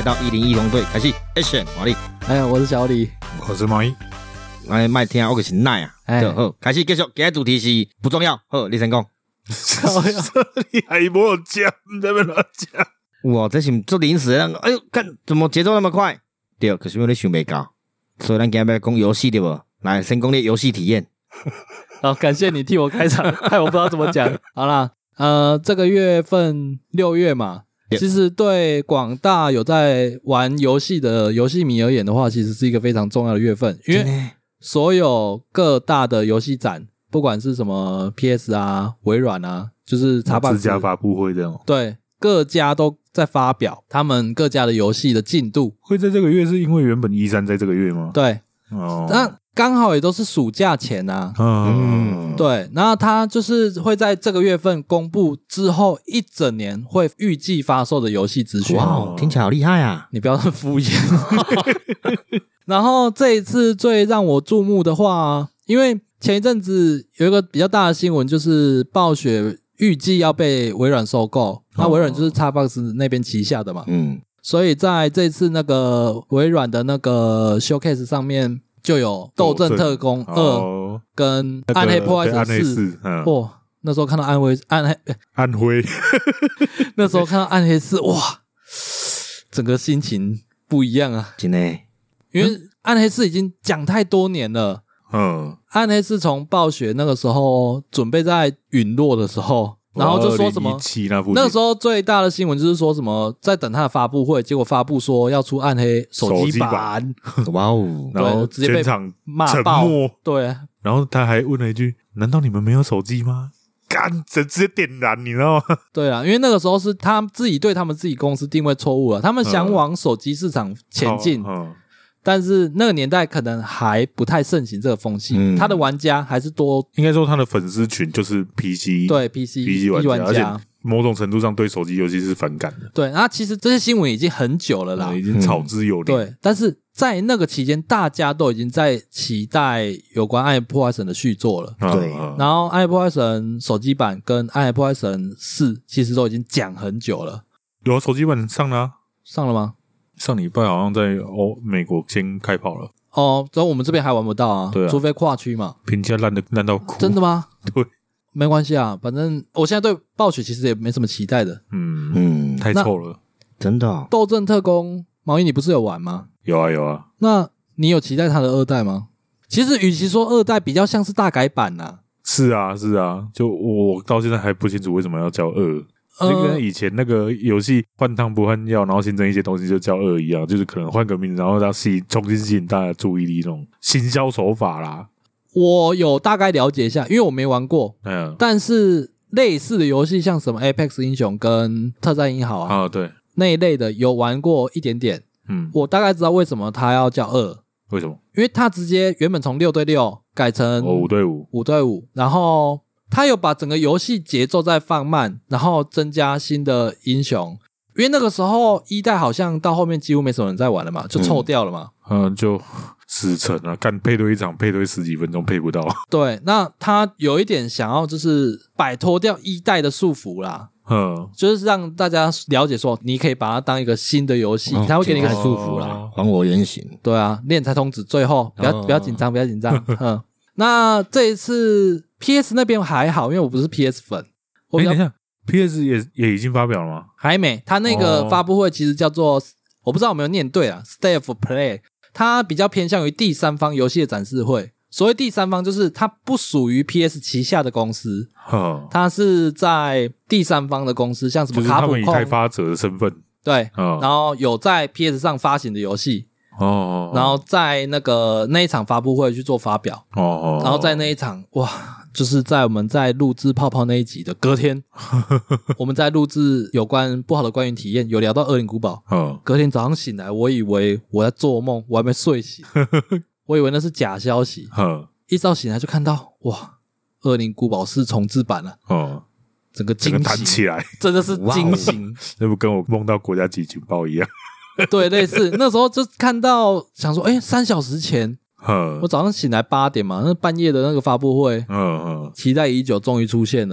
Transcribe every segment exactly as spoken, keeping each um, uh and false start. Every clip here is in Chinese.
到一零一龙队，开始 action， 华丽， 哎，我是小李， 我是毛衣。 哎，麦听我就是奈啊， 哎， 好，开始继续，今日主题是不重要，好，你先讲。 你还没有讲，你在那边乱讲。 哇，这是做临时的，哎呦，看怎么节奏那么快？对，可是因为你想不到，所以咱今日要讲游戏对不？来，先讲你游戏体验。 好，感谢你替我开场，害我不知道怎么讲。好啦，呃，这个月份六月嘛，其实对广大有在玩游戏的游戏迷而言的话，其实是一个非常重要的月份，因为所有各大的游戏展，不管是什么 P S 啊、微软啊，就是 Xbox 自家发布会这样， 对，各家都在发表他们各家的游戏的进度。 会在这个月是因为原本一三在这个月吗？ 对， 哦， 那刚好也都是暑假前啊。 嗯， 对，然后它就是会在这个月份公布之后一整年会预计发售的游戏资讯。 哇，听起来好厉害啊！ 你不要那么敷衍。然后这一次最让我注目的话，因为前一阵子有一个比较大的新闻，就是暴雪预计要被微软收购，那微软就是 Xbox 那边旗下的嘛，嗯，所以在这次那个微软的那个 showcase 上面就有《斗阵特工二》跟《暗黑破坏者四》。哇，那时候看到暗灰暗黑暗灰， 那时候看到暗黑四，哇，整个心情不一样啊！ 真的， 因为暗黑四已经讲太多年了。嗯，暗黑是从暴雪那个时候准备在陨落的时候，然后就说什么那个时候最大的新闻就是说什么在等他的发布会，结果发布说要出暗黑手机版， 哇哦， 然后直接被骂爆，对， 然后他还问了一句：“难道你们没有手机吗？”干，直接点燃，你知道吗？ 对啊，因为那个时候是他自己对他们自己公司定位错误了，他们想往手机市场前进。嗯嗯，但是那个年代可能还不太盛行这个风气，嗯，他的玩家还是多， 应该说他的粉丝群就是 P C， 对 P C P C 玩家，玩家而且某种程度上对手机游戏是反感的。 对，那其实这些新闻已经很久了啦， 嗯，已经草之有灵， 嗯。对，但是在那个期间，大家都已经在期待有关《暗黑破坏神》的续作了。 对， 然后《暗黑破坏神》手机版跟《暗黑破坏神四》其实都已经讲很久了。 有手机版上了啊？ 上了吗？ 上礼拜好像在欧美国先开跑了哦，然后我们这边还玩不到啊，对啊，除非跨区嘛。 评价烂的烂到哭， 真的吗？ 对， 没关系啊，反正我现在对暴雪其实也没什么期待的。 嗯嗯，太臭了， 真的，哦。 斗阵特工，毛衣你不是有玩吗？ 有啊有啊。 那你有期待它的二代吗？其实与其说二代，比较像是大改版啊。 是啊是啊，就我到现在还不清楚为什么要叫二。就跟以前那个游戏换汤不换药，然后新增一些东西就叫二一样，就是可能换个名字，然后让吸重新吸引大家的注意力，那种行销手法啦。 我有大概了解一下，因为我没玩过，嗯，但是类似的游戏像什么 Apex 英雄跟特战英豪啊， 啊对， 那一类的有玩过一点点，嗯，我大概知道为什么它要叫二， 为什么？ 因为它直接原本从六对六改成五对五， 五对五，然后。他有把整个游戏节奏再放慢，然后增加新的英雄，因为那个时候一代好像到后面几乎没什么人在玩了嘛，就臭掉了嘛。 嗯，嗯就死沉了，干配对一场配对十几分钟配不到。 对，那他有一点想要就是摆脱掉一代的束缚啦。嗯，就是让大家了解说，你可以把它当一个新的游戏，他、哦、会给你一个很束缚啦， 还我原形。 对啊，练财童子最后不要、哦、不要紧张，不要紧张。嗯，那这一次。P S 那边还好，因为我不是 P S 粉。我欸、等一下 ，P S 也也已经发表了吗？ 还没，他那个发布会其实叫做、哦、我不知道有没有念对啊 ，State of Play， 它比较偏向于第三方游戏的展示会。所谓第三方，就是它不属于 P S 旗下的公司，哦、它是在第三方的公司，像什么卡普空， 就是他们以开发者的身份， 对，哦、然后有在 P S 上发行的游戏。哦，然后在那个那一场发布会去做发表，哦，然后在那一场哇，就是在我们在录制泡泡那一集的隔天，我们在录制有关不好的观影体验，有聊到恶灵古堡，嗯，隔天早上醒来，我以为我在做梦，我还没睡醒，我以为那是假消息，嗯，一早醒来就看到哇，恶灵古堡是重置版了，哦，整个惊醒， 弹起来， 真的是惊醒， 那不跟我梦到国家级情报一样。 对，类似那时候就看到想说，哎，三小时前，我早上醒来八点嘛，那半夜的那个发布会，嗯嗯，期待已久，终于出现了。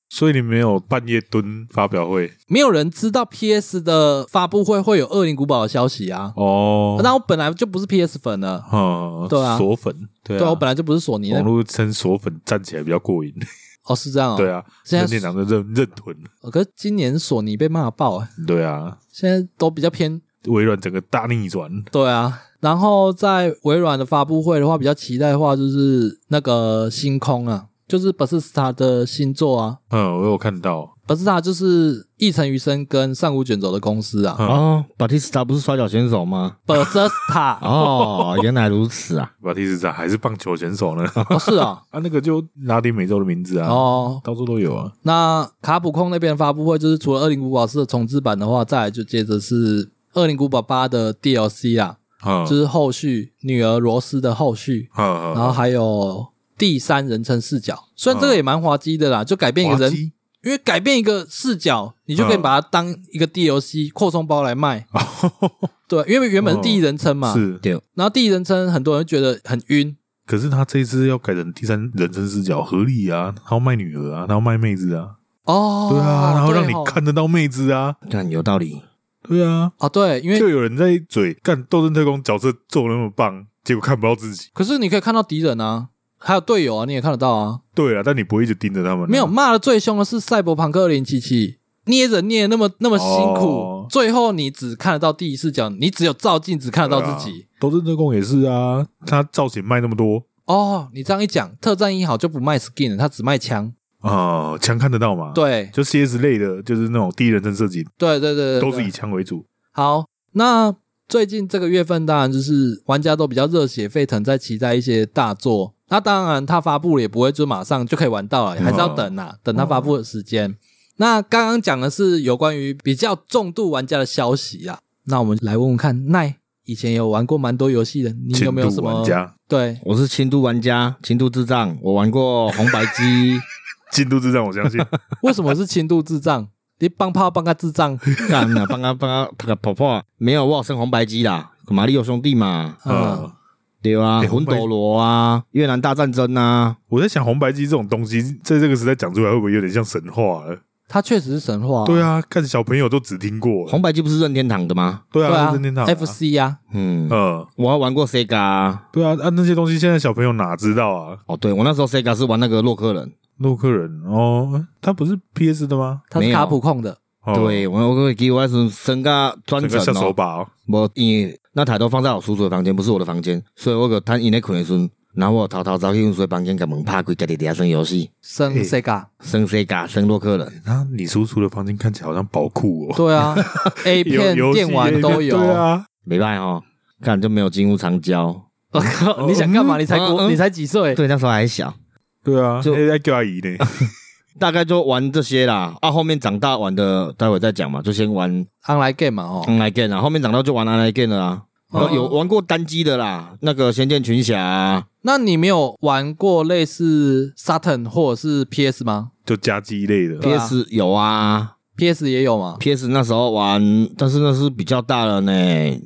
所以你没有半夜蹲发表会？ 没有人知道 P S 的发布会会有恶灵古堡的消息啊。哦，那我本来就不是 P S 粉了。嗯，对啊， 锁粉。对啊， 对啊，我本来就不是索尼的。 网络称锁粉站起来比较过瘾。 哦，是这样哦。 对啊，任天堂的认认屯。 可是今年索尼被骂爆哎。 对啊， 现在都比较偏微软整个大逆转。 对啊，然后在微软的发布会的话，比较期待的话就是那个星空啊。就是 Bethesda 的新作啊， 嗯，我有看到 Bethesda 就是一城余生跟上古卷轴的公司啊。 哦 ，Bethesda 不是摔跤选手吗 ？Bethesda 哦，原来如此啊 ，Bethesda 还是棒球选手呢？ 哦，是啊， 啊，那个就拉丁美洲的名字啊，哦，到处都有啊。 那卡普空那边的发布会就是除了《恶灵古堡四》的重置版的话，再来就接着是《恶灵古堡八》的 D L C 啦，就是后续女儿罗斯的后续，然后还有第三人称视角，虽然这个也蛮滑稽的啦，就改变一个人，因为改变一个视角，你就可以把它当一个 D L C 扩充包来卖。对，因为原本是第一人称嘛， 是， 对。然后第一人称很多人觉得很晕， 可是他这一次要改成第三人称视角，合理啊，他要卖女儿啊，他要卖妹子啊，哦，对啊，然后让你看得到妹子啊， 看有道理， 对啊， 啊对，因为就有人在嘴干斗争特工角色做那么棒，结果看不到自己， 可是你可以看到敌人啊。还有队友啊，你也看得到啊。 对啊，但你不会一直盯着他们、啊。 没有，骂的最凶的是赛博朋克二零七七，捏人捏的那么那么辛苦、哦，最后你只看得到第一视角，你只有照镜只看得到自己。 斗争特工也是啊，他造型卖那么多。 哦，你这样一讲，特战一号就不卖 skin 了，他只卖枪。 哦，枪看得到嘛？ 对， 就 C S 类的，就是那种第一人称设计。 对对 对, 对, 对， 都是以枪为主。 好，那最近这个月份，当然就是玩家都比较热血沸腾，在期待一些大作。那当然，它发布了也不会就马上就可以玩到了，还是要等啊，等它发布的时间。那刚刚讲的是有关于比较重度玩家的消息啊。那我们来问问看，奈以前有玩过蛮多游戏的，你有没有什么？ 玩家对， 我是轻度玩家，轻度智障，我玩过红白机。 轻度智障，我相信。 为什么是轻度智障？你帮炮帮个智障， 干啊，帮他帮他他个婆婆没有，我有升红白机啦，马里奥兄弟嘛，嗯。对啊，魂斗罗啊，越南大战争啊， 我在想红白机这种东西，在这个时代讲出来会不会有点像神话了？ 它确实是神话、啊。 对啊，看小朋友都只听过。 红白机不是任天堂的吗？ 对啊，对啊任天堂、啊、 F C 啊， 嗯嗯，我还玩过 Sega 啊。 对啊，啊那些东西现在小朋友哪知道啊？ 哦，对，我那时候 Sega 是玩那个洛克人。 洛克人哦，他不是 P S 的吗？ 他是卡普控的。 哦、 对，我我个机我是升个专程哦， 下手把哦。 无因为那台都放在我叔叔的房间，不是我的房间，所以我就趁因咧困的时阵，然后我偷偷走去阮叔的房间，甲门拍开，家己伫遐耍游戏。 升 Sega， 升 Sega， 升洛克人。 啊，你叔叔的房间看起来好像宝库哦。 对啊 ，A 片、电玩都有。 对啊， 没办法哦，看就没有进入长焦。 你想干嘛？你才国、嗯，你才几岁？ 对，那时候还小。 对啊，就在叫阿姨呢。 大概就玩这些啦，啊，后面长大玩的待会再讲嘛，就先玩 online game 嘛，哦 ，online game 啊，后面长大就玩 online game 了啊，哦、有玩過單機的啦，那個仙劍群俠啊。 那你沒有玩過類似 Saturn 或者是 P S 嗎？ 就家機類的 P S 有啊 ，P S 也有嘛 ？P S 那時候玩，但是那是比較大了呢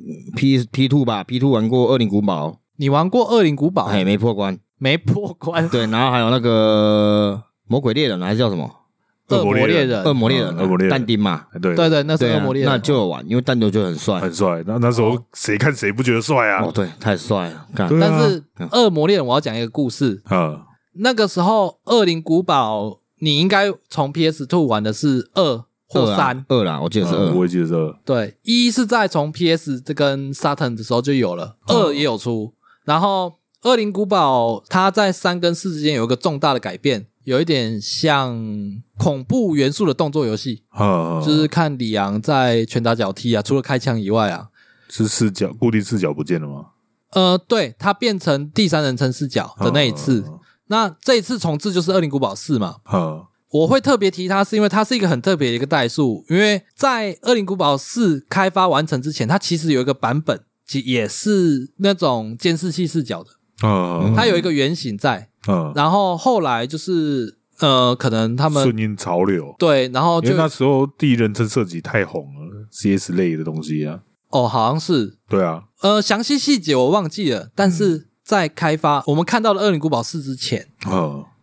，P P two 吧 ，P two 玩過惡靈古堡。 你玩過惡靈古堡？ 哎，沒破關， 沒破關。 對，然後還有那個。魔鬼獵人還是叫什麼？ 惡魔獵人， 惡魔獵人， 惡魔獵人， 但丁嘛， 對對對，那是惡魔獵人， 那就有玩，因為但丁就很帥， 很帥。那那時候誰看誰不覺得帥啊？ 哦，對，太帥了。 但是惡魔獵人，我要講一個故事。嗯，那個時候惡靈古堡，你應該從 P S 二 玩的是二或三， 二啦，我記得是二， 我也記得是二。 對，一是在從 P S 這跟 Saturn 的時候就有了，二也有出，然後惡靈古堡它在三跟四之間有一個重大的改變。有一點像恐怖元素的動作遊戲，就是看里昂在拳打腳踢啊，除了開槍以外啊， 是視角固定視角不見了嗎？ 呃，對，它變成第三人稱視角的那一次，那這一次重置就是惡靈古堡四嘛。我會特別提它是因為它是一個很特別的一個代數，因為在惡靈古堡四開發完成之前，它其實有一個版本也是那種監視器視角的，它有一個原型在。嗯，然後後來就是呃，可能他們順應潮流， 對，然後就因為那時候第一人稱射擊太紅了 ，C S 類的東西啊。 哦，好像是， 對啊， 呃，詳細細節我忘記了，但是在開發、嗯、我們看到的惡靈古堡四之前，嗯，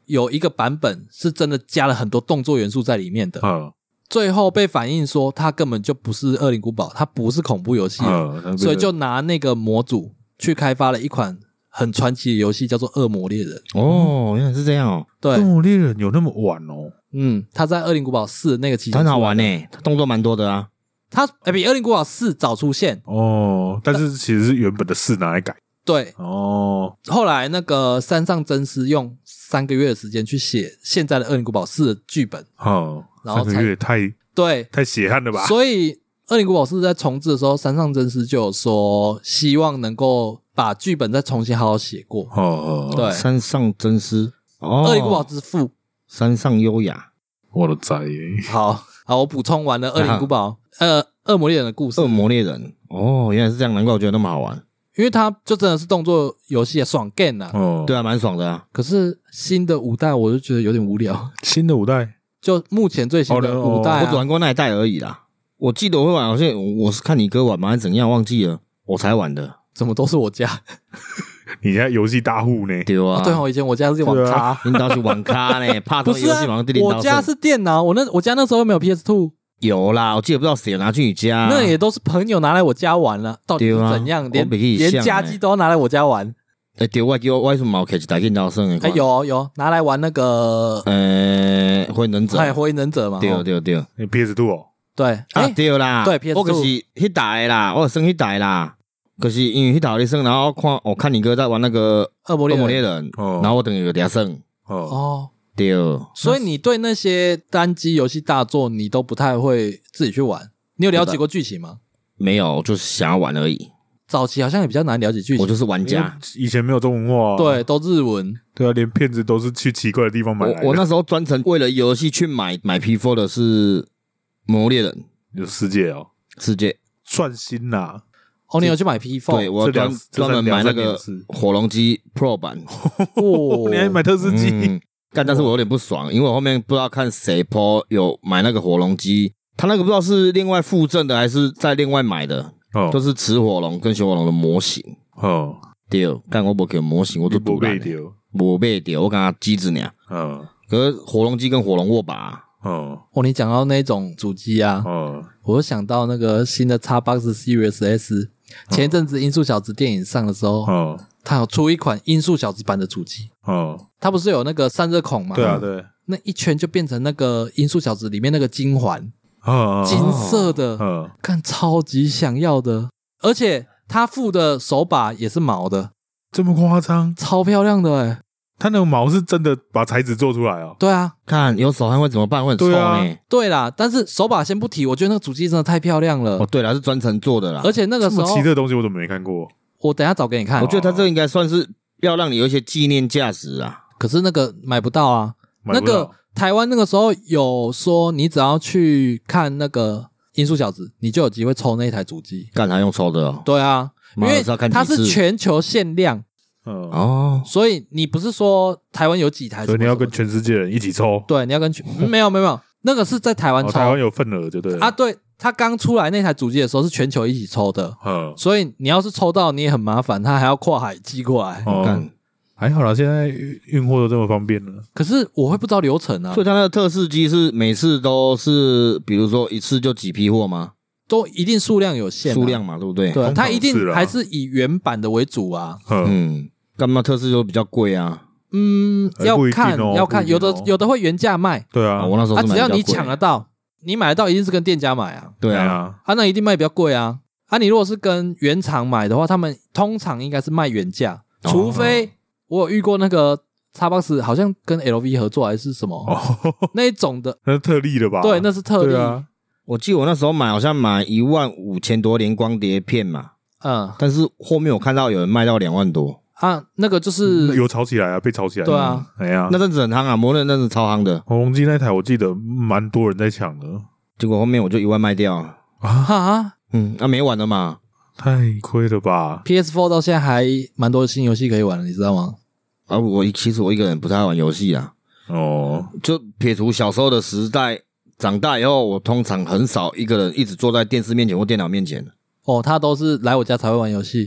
有一个版本是真的加了很多动作元素在里面的。 嗯， 最后被反映说它根本就不是恶灵古堡，它不是恐怖游戏，嗯，所以就拿那个模组去开发了一款很传奇的游戏，叫做恶魔猎人。 哦，原来是这样哦。 对， 恶魔猎人有那么晚哦。 嗯，他在恶灵古堡四那个期间很好玩诶，他动作蛮多的啊。 他比恶灵古堡四早出现哦，但是其实是原本的四拿来改。 对哦， 后来那个山上真司用三个月的时间去写现在的恶灵古堡四的剧本， 哦， 然后三个月太对太血汗了吧？ 所以恶灵古堡四在重置的时候，山上真司就有说希望能够把剧本再重新好好写过。 哦， 对， 山上真司，哦， 恶灵古堡之父， 山上优雅， 我的仔耶！ 好好，我补充完了恶灵古堡，呃，恶魔猎人的故事。 恶魔猎人，哦，原来是这样，难怪我觉得那么好玩。 因为它就真的是动作游戏，爽 game 啊， 哦， 对啊，蛮爽的啊。 可是新的五代我就觉得有点无聊。 新的五代， 就目前最新的五代、啊哦，我只玩过那一代而已啦。我记得我会玩，好像我是看你哥玩嘛，还是怎样，忘记了，我才玩的。 怎么都是我家？ 你家游戏大户呢？ 对啊， 哦、对哦，以前我家是网咖， 领导是网咖呢，怕不是啊，我家是电脑，我那我家那时候又没有 P S 二。 有啦，我记得不知道谁拿去你家、啊， 那也都是朋友拿来我家玩了，到底是怎样？连连家机都要拿来我家玩。 哎、欸，对，我叫我为什么冇开一台电脑生的？ 哎、欸，有有拿来玩那个呃火影忍者， 哎，火影忍者嘛。 对对对 ，P S 二 哦， 对啊、欸、对啦， 对 P S 二， 我可是迄台啦，我生迄台啦。可是因为迄台咧生，然后我看我看你哥在玩那个恶魔猎人， 人哦、然后我等于有点生哦。 哦对， 所以你对那些单机游戏大作，你都不太会自己去玩。你有了解过剧情吗？ 没有，就是想要玩而已。 早期好像也比较难了解剧情， 我就是玩家， 以前没有中文化、啊， 对，都日文， 对啊，连片子都是去奇怪的地方买来的。 我我那时候专程为了游戏去买买 P 四 的是《魔猎人》， 有世界哦， 世界算新啦、啊。 哦，你有去买 P 四？ 对，我专专门买那个火龙机 Pro 版。 哦，你还买特仕机？ 嗯干，但是我有点不爽，因为我后面不知道看谁 po 有买那个火龙机，他那个不知道是另外附赠的还是在另外买的，哦，就是雌火龙跟雄火龙的模型。 哦， 对，干我没给模型，我都不买掉，没买掉，我刚刚机子呢。嗯，可是火龙机跟火龙握把、啊。 哦，哦，你讲到那种主机啊，哦，我就想到那个新的 Xbox Series S， 前一阵子音速小子电影上的时候，哦。它有出一款音速小子版的主机，哦，它不是有那个散热孔吗？ 对啊，对， 那一圈就变成那个音速小子里面那个金环，哦，金色的，哦，看超级想要的，而且它附的手把也是毛的， 这么夸张， 超漂亮的诶。 它那个毛是真的把材质做出来哦。 对啊， 看有手汗会怎么办？会很臭呢、欸。 对啦，但是手把先不提，我觉得那个主机真的太漂亮了。 哦，对啦，是专程做的啦， 而且那个时候这么奇特的东西我怎么没看过？ 我等一下找给你看。 我觉得它这个应该算是要让你有一些纪念价值啊。 可是那个买不到啊。 买不到。 那个台湾那个时候有说，你只要去看那个音速小子，你就有机会抽那一台主机。 干还用抽的哦？ 对啊，因为它是全球限量。 嗯哦，所以你不是说台湾有几台， 所以你要跟全世界人一起抽。 对，你要跟全、嗯、没有没有没有，那个是在台湾抽，哦、 台湾有份额就对了啊。对，他刚出来那台主机的时候是全球一起抽的，嗯，所以你要是抽到你也很麻烦，他还要跨海寄过来。 哦，还好啦，现在运货都这么方便了。 可是我会不知道流程啊， 所以他那个特仕机是每次都是，比如说一次就几批货吗？ 都一定数量有限、啊， 数量嘛，对不对？ 对，它一定还是以原版的为主啊。 嗯。干嘛特仕就比较贵啊？ 嗯，要看、哦、要看，有的有的会原价卖。 对啊， 我那时候是买比较贵。 啊，只要你抢得到，你买得到一定是跟店家买啊。 对啊， 啊，那一定卖比较贵啊。啊，你如果是跟原厂买的话，他们通常应该是卖原价，哦、除非我有遇过那个 Xbox 好像跟 L V 合作还是什么、哦、那一种的， 那是特例的吧？ 对，那是特例。 啊， 我记得我那时候买好像买一万五千多连光碟片嘛，嗯，但是后面我看到有人卖到两万多。 啊，那个就是有炒起来啊，被炒起来。 对啊， 哎呀， 那阵子很夯啊，魔人那阵子超夯的。 火龙机那台我记得蛮多人在抢的， 结果后面我就一万卖掉啊。 啊， 嗯，那、啊、没玩了嘛， 太亏了吧 ？P S 四 到现在还蛮多新游戏可以玩的，你知道吗？ 啊，我其实我一个人不太爱玩游戏啊。哦，就撇除小时候的时代，长大以后我通常很少一个人一直坐在电视面前或电脑面前。 哦，他都是来我家才会玩游戏。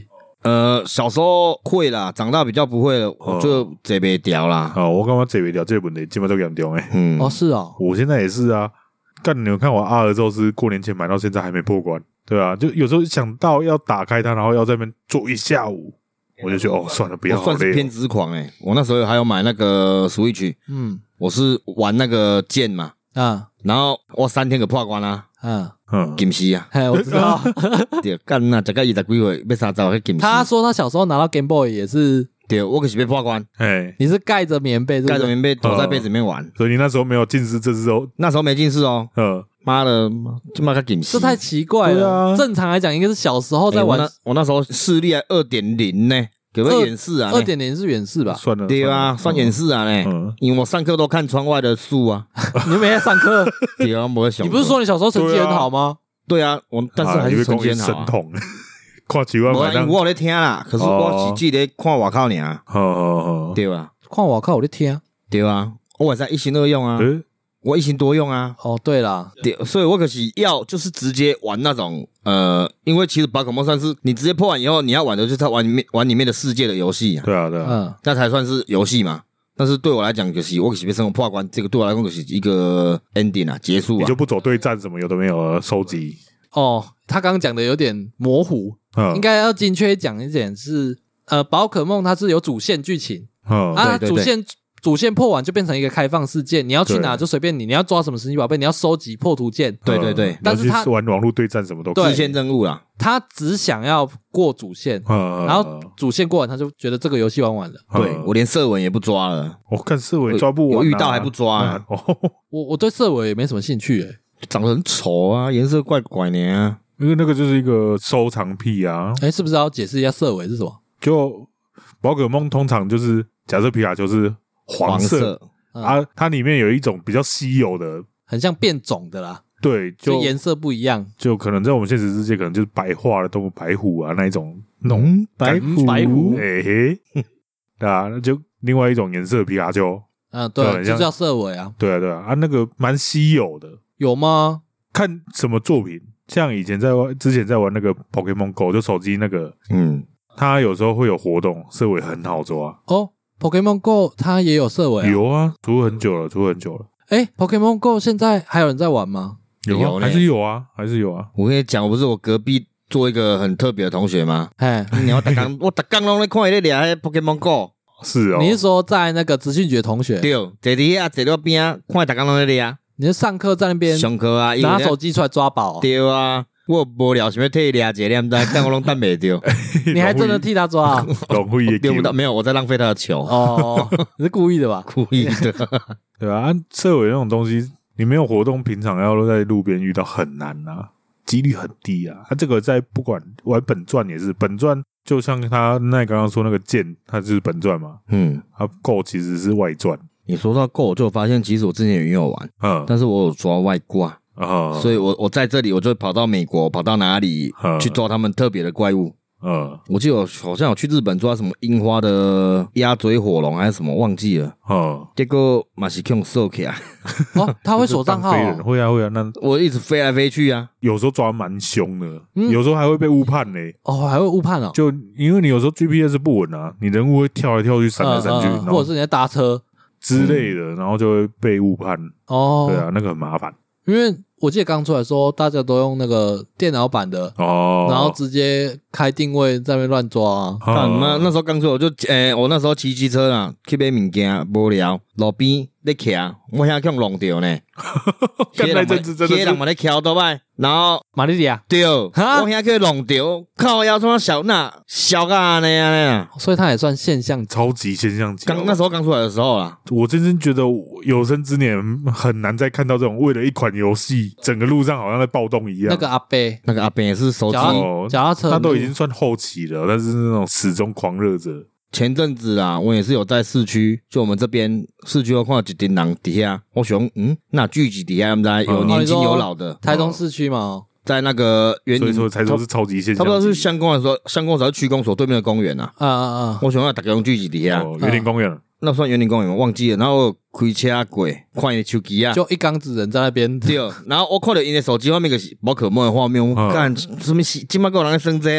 呃，小时候会啦，长大比较不会了，我就坐不掉啦。 哦，我感觉坐不掉这个问题，基本都严重诶。 嗯，哦，是哦， 我现在也是啊。干，你有看我阿尔宙斯过年前买到现在还没破关，对啊，就有时候想到要打开它，然后要在那边做一下午，我就觉得哦，算了，不要， 我算是偏执狂诶、欸。我那时候还有买那个 Switch， 嗯，我是玩那个剑嘛，啊，然后我三天就破关啦，嗯嗯，金丝啊， 嘿，我知道， 对，干那这个二十几岁要三十岁金丝。 他说他小时候拿到 Game Boy 也是。 对，我可是被破关。哎， 你是盖着棉被， 盖着棉被躲在被子里面玩， 所以你那时候没有近视，这时候那时候没近视哦。嗯，妈的，他妈个紧视， 这太奇怪了。啊、正常来讲，应该是小时候在玩。 欸、我, 那我那时候视力还二点零呢，可不可以远视啊？ 二点零是远视吧？ 算了， 对啊，算远视啊呢。嗯，因为我上课都看窗外的树啊。 你没在上课？ 对啊，我在想。 你不是说你小时候成绩很好吗？ 对啊，我但是还是成绩很好、啊。 看几万块， 我有在听啦，可是我是记得看外口尔。好好好，对吧？ 看外口我在听， 对啊，我晚上一心二用啊，欸、我一心多用啊。 哦，对啦， 对，所以我可是要就是直接玩那种呃，因为其实宝可梦算是你直接破完以后，你要玩的就是它玩里面玩里面的世界的游戏、啊。 对啊，对啊， 嗯，那才算是游戏嘛。但是对我来讲，就是我可是被生活破关，这个对我来讲就是一个 ending 啊，结束啊。 你就不走对战什么有的没有收集。 哦，他刚刚讲的有点模糊。应该要精确讲一点是，呃，宝可梦它是有主线剧情，嗯、啊，对对对主线主线破完就变成一个开放世界，你要去哪就随便你，你要抓什么神奇宝贝，你要收集破图鉴， 对对对， 但是他玩网络对战什么都可以， 支线任务啦， 他只想要过主线，嗯、然后主线过完他就觉得这个游戏玩完了， 嗯、对我连色尾也不抓了， 我看色尾抓不完、啊， 我遇到还不抓、啊嗯哦，我我对色尾也没什么兴趣诶、欸， 长得很丑啊，颜色怪怪的啊。 因为那个就是一个收藏癖啊！ 哎、欸，是不是要解释一下色尾是什么？ 就宝可梦通常就是假设皮卡丘是黄色, 黄色、嗯、啊，它里面有一种比较稀有的， 很像变种的啦。 对，就颜色不一样， 就可能在我们现实世界，可能就是白化的动物，白虎啊那一种，那种、 嗯、白虎， 白虎， 哎、欸，对啊，那就另外一种颜色的皮卡丘， 嗯，对，就叫色尾啊。 对啊，对啊，啊，那个蛮稀有的， 有吗？ 看什么作品？像以前在玩，之前在玩那个 Pokemon Go， 就手机那个，嗯，它有时候会有活动，色尾很好抓哦。Pokemon Go 它也有色尾、啊， 有啊，出很久了，出很久了。 哎、欸、，Pokemon Go 现在还有人在玩吗？ 有啊，还是有啊，还是有啊。 我跟你讲，我不是我隔壁做一个很特别的同学吗？哎，你要打刚，我打刚拢在看伊咧掠 Pokemon Go， 是哦。 你是说在那个资讯局的同学？ 对，坐伫遐坐到边，看打刚拢在掠。 你是上课在那边上课啊， 拿手机出来抓宝、喔？ 对啊，我无聊，想要替他抓一个，但但我拢等袂到。 你还真的替他抓、啊？ 浪费也丢不到，没有，我在浪费他的球。 哦，你是故意的吧？ 故意的， 对啊，色尾那种东西，你没有活动，平常要在路边遇到很难啊，几率很低啊。他、啊、这个在不管玩本传也是，本传就像他那刚刚说那个剑，它就是本传嘛。嗯，它 Go 其实是外传。 你说到 Go， 我就发现其实我之前也有玩，嗯，但是我有抓外挂，嗯，所以我我在这里我就跑到美国，跑到哪里、嗯、去抓他们特别的怪物，嗯，我记得我好像有去日本抓什么樱花的鸭嘴火龙还是什么忘记了，嗯，结果嘛是用收起来， 哦，他会锁账号、哦， 会啊会啊，那我一直飞来飞去啊， 有时候抓蛮凶的、嗯，有时候还会被误判呢、欸， 哦，还会误判哦， 就因为你有时候 G P S 不稳啊，你人物会跳来跳去，闪来闪去、嗯嗯， 或者是你在搭车。 之类的，然后就会被误判哦。对啊，那个很麻烦。因为我记得刚出来的时候，大家都用那个电脑版的哦，然后直接开定位在那边乱抓啊。 哦、那那时候刚出来，我就诶、欸，我那时候骑机车啦，去买物件，无聊，路边咧徛，我遐用弄掉呢。 干那阵子真的是， 人嘛咧徛倒摆，然后马里迪亚对，我遐去弄掉，靠腰从小那小个那样啊， 所以它也算现象， 超级现象级。 刚那时候刚出来的时候啦， 我真正觉得有生之年很难再看到这种为了一款游戏，整个路上好像在暴动一样。 那个阿伯， 那个阿伯也是手机脚踏车， 他都已经算后期了，但是那种始终狂热者。 前阵子啊，我也是有在市区，就我们这边市区，我看到一群人底下，我想，嗯，那聚集底下，他们在有年轻有老的， 哦、台中市区嘛， 在那个园林， 所以说才说是超级现象。 差不多是乡公的时候，乡公所区公所对面的公园啊，啊啊啊！我想要大家用聚集底下， 哦，园林公园、啊， 那算园林公园吗？忘记了。然后开车过，看伊手机啊， 就一缸子人在那边。 对，然后我看到因的手机画面个是宝可梦的画面，我干、哦、什么？今麦个有人在升这哦。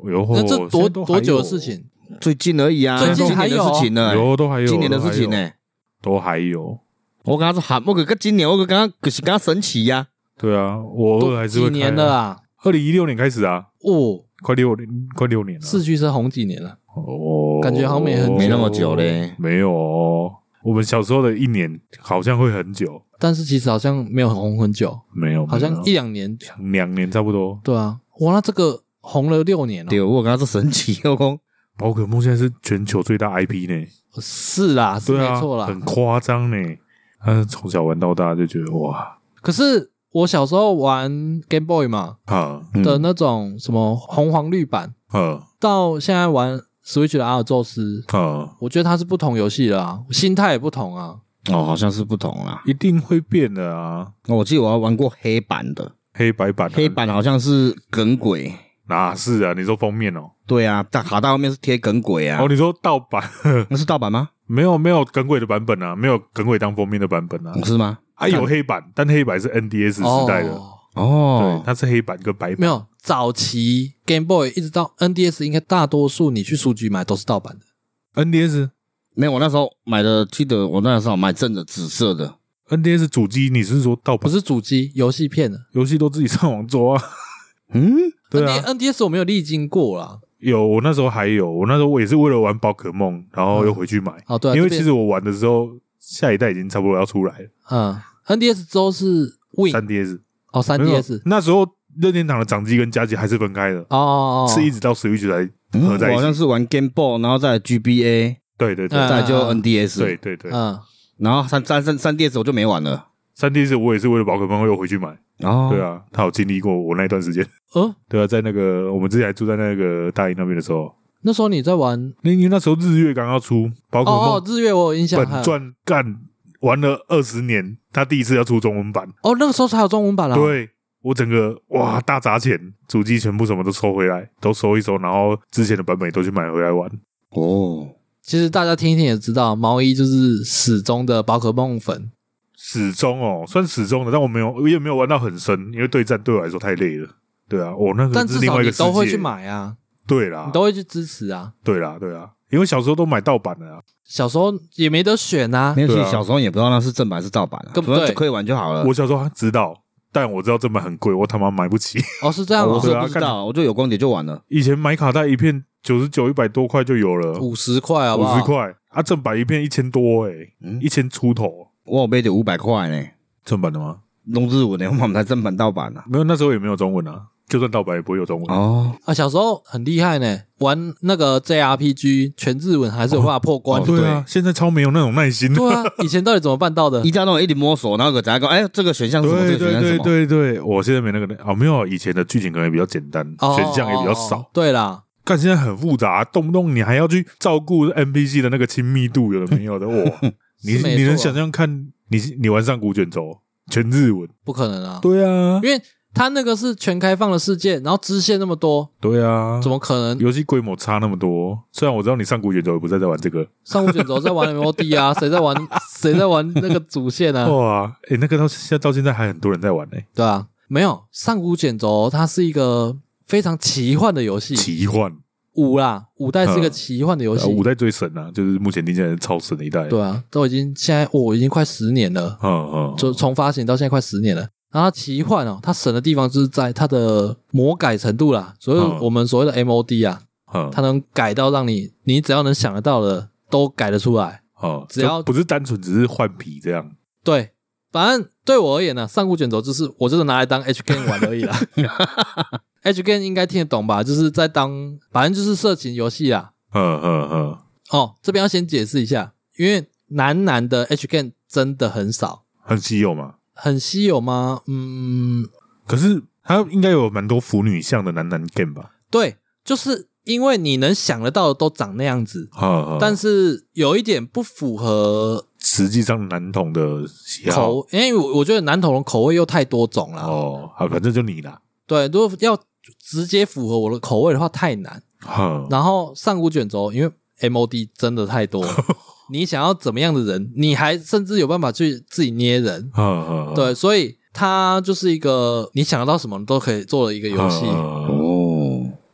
那这多多久的事情？ 最近而已啊， 最近还有事情呢， 有都还有今年的事情呢， 都还有。 我刚刚说喊，我个今年我个刚刚可是刚刚神奇呀。 对啊，我二还是会几年了啊？ 二零一六年开始啊， 哦， 快六年，快六年了。 四驱车红几年了？ 哦， 感觉好像没很没那么久嘞， 没有哦。我们小时候的一年好像会很久， 但是其实好像没有很红很久， 没有， 好像一两年， 两年差不多。 对啊，哇，那这个红了六年了。 对，我刚刚说神奇，我讲宝可梦现在是全球最大 I P 呢。 是啦，是没错啦， 很夸张呢。但是从小玩到大就觉得哇， 可是我小时候玩 Game Boy 嘛，啊的那种什么红黄绿版，啊，到现在玩 Switch 的阿尔宙斯，啊，我觉得它是不同游戏了啊，心态也不同啊。 哦，好像是不同啦， 一定会变的啊。 我记得我还玩过黑版的， 黑白版， 黑版好像是耿鬼。 哪是啊？你说封面哦？ 对啊，但卡带后面是贴耿鬼啊。 哦，你说盗版？ 那是盗版吗？ 没有，没有耿鬼的版本啊，没有耿鬼当封面的版本啊， 是吗？ 啊，有黑版，但黑版是 N D S 时代的哦，对，它是黑版跟白版。 没有，早期 Game Boy 一直到 N D S， 应该大多数你去书局买都是盗版的。 N D S 没有，我那时候买的，记得我那时候买正的紫色的 N D S 主机，你是说盗版？ 不是主机，游戏片的， 游戏都自己上网做啊。 嗯，对啊 ，N D S 我没有历经过啦。 有，我那时候还有，我那时候我也是为了玩宝可梦，然后又回去买。 哦，对， 因为其实我玩的时候，下一代已经差不多要出来了。 嗯 ，N D S 之后是 Win 三 D S， 哦，三 D S 那时候任天堂的掌机跟家机还是分开的哦，哦哦是一直到 Switch 才合在一起。 我好像是玩 Game Boy， 然后再 G B A， 对对对， 再就 N D S， 对对对， 嗯， 然后三三三三 D S 我就没玩了。 三 D S 我也是为了宝可梦又回去买。哦，对啊，他有经历过我那一段时间。哦，对啊，在那个我们之前还住在那个大营那边的时候， 那时候你在玩， 因为那时候日月刚要出宝可梦， 哦，日月我有印象， 本传干玩了二十年，他第一次要出中文版。 哦，那个时候才有中文版啊。 对，我整个哇大砸钱，主机全部什么都收回来，都收一收，然后之前的版本也都去买回来玩。 哦，其实大家听一听也知道，毛衣就是始终的宝可梦粉。 始终哦，算始终的，但我没有，我也没有玩到很深，因为对战对我来说太累了。对啊，我那个是另外一个世界。但至少你都会去买啊。 对啦， 你都会去支持啊。 对啦，对啊，因为小时候都买盗版的啊。 小时候也没得选啊， 没有，小时候也不知道那是正版是盗版啊，主要就可以玩就好了。 我小时候知道，但我知道正版很贵，我他妈买不起。 哦，是这样， 我是不知道，我就有光碟就玩了。 以前买卡带一片九十九、一百多块就有了， 五十块好不好？ 五十块啊，正版一片一千多哎，一千出头。 我有买就五百块呢。 正版的吗？ 弄日文的，我们才正版盗版啊。 没有，那时候也没有中文啊，就算盗版也不会有中文哦。啊，小时候很厉害呢，玩那个 J R P G 全日文还是有办法破关。 哦哦、对啊，现在超没有那种耐心。 对啊，以前到底怎么办到的？ 一家那种一直摸索，然后个仔讲，哎，这个选项是什么？ 对对对对对，我现在没那个哦，没有，以前的剧情可能也比较简单，哦、选项也比较少。哦、 对啦， 但现在很复杂，动不动你还要去照顾 N P C 的那个亲密度，有的没有的，哇！你你能想象看你你玩上古卷轴？全日文不可能啊！ 对啊， 因为它那个是全开放的世界，然后支线那么多， 对啊， 怎么可能？ 游戏规模差那么多。虽然我知道你上古卷轴也不是在玩这个， 上古卷轴在玩 M O D 啊，谁在玩谁在玩那个主线啊？ 哇，诶、欸，那个到现在到现在还很多人在玩呢、欸。 对啊，没有上古卷轴，它是一个非常奇幻的游戏， 奇幻。 五啦，五代是一个奇幻的游戏、 嗯，五代最神啊，就是目前听起来是超神的一代。 对啊，都已经现在我、哦、已经快十年了，嗯嗯，就从发行到现在快十年了。然后它奇幻哦，它神的地方就是在它的魔改程度啦，所以我们所谓的 M O D 啊，嗯，它能改到让你你只要能想得到的都改得出来，哦、嗯，只要不是单纯只是换皮这样。 对，反正对我而言呢、啊，上古卷轴就是我就是拿来当 H game 玩而已啦。H game 应该听得懂吧？就是在当，反正就是色情游戏啦。嗯嗯嗯。哦，这边要先解释一下，因为男男的 H game 真的很少， 很稀有吗？ 很稀有吗？嗯。 可是它应该有蛮多腐女向的男男 game 吧？ 对，就是因为你能想得到的都长那样子，呵呵但是有一点不符合实际上男童的喜好口，因为我觉得男童的口味又太多种了。 哦，好，反正就你啦。 对，如果要直接符合我的口味的话太难，然后上古卷轴因为 M O D 真的太多你想要怎么样的人你还甚至有办法去自己捏人对，所以它就是一个你想得到什么都可以做的一个游戏哦。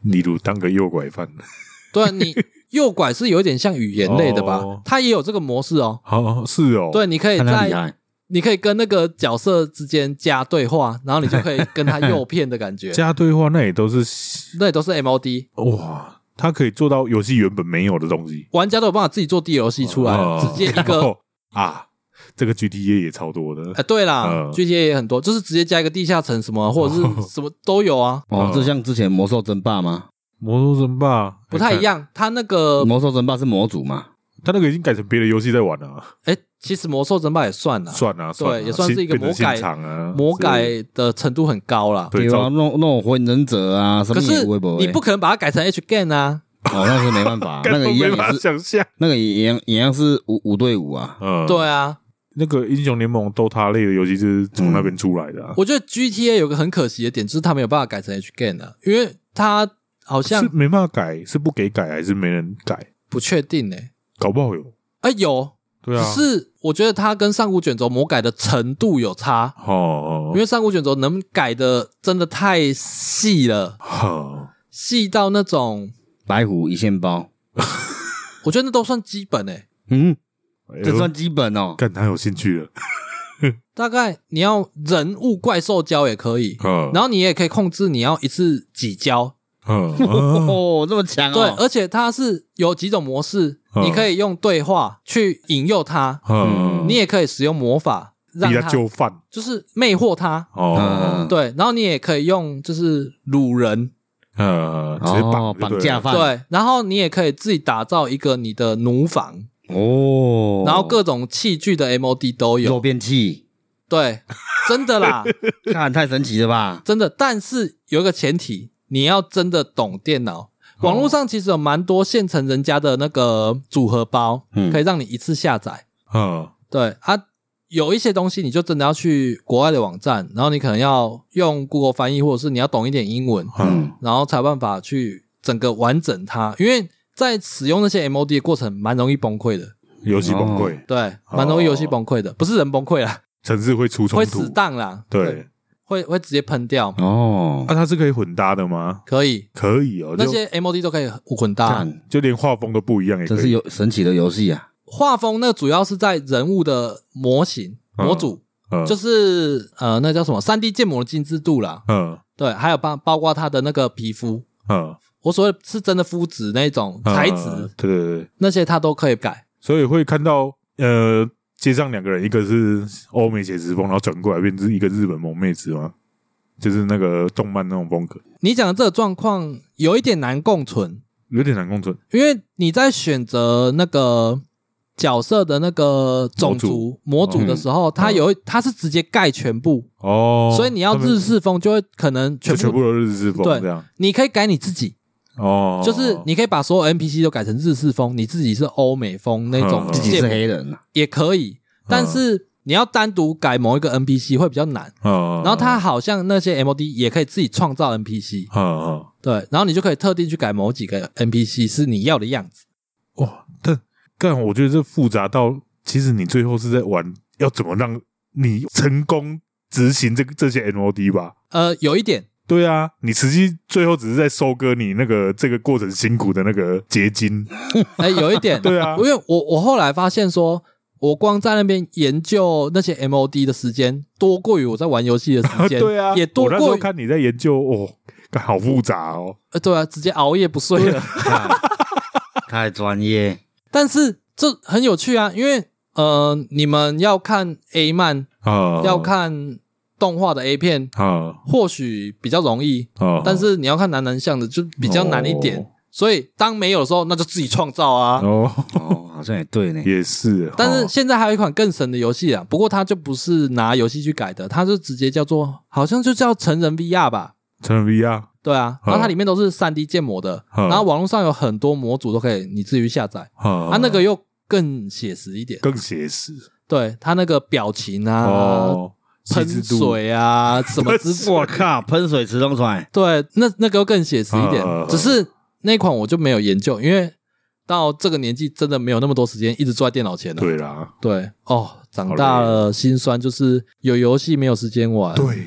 例如当个诱拐犯。 对啊，你诱拐是有点像语言类的吧？哦、它也有这个模式哦。 哦，是哦。 对，你可以在你可以跟那个角色之间加对话，然后你就可以跟他诱骗的感觉。 加对话那也都是， 那也都是 M O D。 哇，它可以做到游戏原本没有的东西， 玩家都有办法自己做 D L C 出来，哦、直接一个、 哦、啊。这个 G T A 也超多的， 哎、呃，对啦、呃、，G T A 也很多，就是直接加一个地下城什么，或者是什么都有啊。 哦，这像之前魔兽争霸吗？ 魔兽争霸不太一样，它那个魔兽争霸是模组嘛， 它那个已经改成别的游戏在玩了、啊。 哎、欸，其实魔兽争霸也算了， 算啊， 对，也算是一个魔改啊， 魔改的程度很高啦。 对啊，那那种火影忍者啊，什么可是你不可能把它改成 H game 啊。 哦，那是没办法，那个一样也是想象， 那个也一样一样是五五对五啊。 嗯， 对啊。 那个英雄联盟 Dota 类的游戏就是从那边出来的、啊嗯。 我觉得 G T A 有个很可惜的点，就是它没有办法改成 H game 啊，因为它好像是没办法改，是不给改还是没人改？ 不确定诶、欸， 搞不好有。 哎、欸，有， 对啊。 只是我觉得它跟上古卷轴魔改的程度有差哦，因为上古卷轴能改的真的太细了， 哦， 细到那种白虎一线包， 我觉得那都算基本诶、欸。 嗯。这算基本哦， 干他有兴趣了。 大概你要人物怪兽交也可以， 嗯、 然后你也可以控制你要一次几交。 嗯， 哦，这么强哦！ 对，而且它是有几种模式，嗯、你可以用对话去引诱它，嗯，你也可以使用魔法让他就范， 就是魅惑他。 哦， 对，然后你也可以用就是掳人， 呃，直接绑绑架犯。 对，然后你也可以自己打造一个你的奴房。 哦， 然后各种器具的 M O D 都有， 肉便器， 对，真的啦， 看太神奇了吧， 真的。但是有一个前提，你要真的懂电脑。网络上其实有蛮多现成人家的那个组合包，嗯、可以让你一次下载。 嗯， 对啊，有一些东西你就真的要去国外的网站，然后你可能要用 Google 翻译，或者是你要懂一点英文，嗯，然后才有办法去整个完整它，因为。在使用那些 M O D 的过程，蛮容易崩溃的。 游戏崩溃， 哦、对，蛮容易游戏崩溃的，不是人崩溃啦， 程式会出冲突， 会死档啦， 对， 对会会直接喷掉。 哦， 那、啊、它是可以混搭的吗？ 可以， 可以哦， 那些 M O D 都可以混搭， 就连画风都不一样也可以。 这是有神奇的游戏啊！ 画风那主要是在人物的模型模组，嗯嗯、就是呃，那叫什么三 D 建模的精致度啦。嗯，对，还有包包括它的那个皮肤，嗯。我所谓是真的肤质那种材质、 嗯，对对对， 那些它都可以改， 所以会看到呃街上两个人，一个是欧美写实风，然后转过来变成一个日本萌妹子嘛，就是那个动漫那种风格。 你讲的这个状况有一点难共存， 有点难共存， 因为你在选择那个角色的那个种族模组的时候，它有它是直接盖全部哦，所以你要日式风就会可能全部全部都日式风这样， 你可以改你自己。 哦， 就是你可以把所有 N P C 都改成日式风，你自己是欧美风那种， 自己是黑人也可以，但是你要单独改某一个 N P C 会比较难。然后它好像那些 M O D 也可以自己创造 N P C，对，然后你就可以特定去改某几个 N P C 是你要的样子。 哇，但干我觉得这复杂到，其实你最后是在玩要怎么让你成功执行这个这些 M O D 吧？ 呃，有一点。 对啊，你实际最后只是在收割你那个这个过程辛苦的那个结晶。 哎、欸，有一点， 对啊， 因为我我后来发现说，我光在那边研究那些 M O D 的时间多过于我在玩游戏的时间。 对啊， 也多过于我那时候看你在研究，哦，好复杂哦。 呃，对啊，直接熬夜不睡了， 太专业。 但是这很有趣啊，因为呃，你们要看 A 漫啊，要看。动画的 A 片啊，或许比较容易啊，但是你要看男男向的就比较难一点。哦、所以当没有的时候，那就自己创造啊。 哦哦，好像也对呢， 也是。 但是现在还有一款更神的游戏啊，不过它就不是拿游戏去改的，它就直接叫做好像就叫成人 V R 吧。 成人 V R， 对啊，然后它里面都是 三 D 建模的，然后网络上有很多模组都可以你自己去下载。它那个又更写实一点， 更写实。 对，它那个表情啊。 哦喷水啊，什么之我靠，喷水池弄出来， 对，那那个更写实一点。呃、只是那款我就没有研究，因为到这个年纪真的没有那么多时间一直坐在电脑前了。 对啦， 对哦，长大了心酸就是有游戏没有时间玩。 对，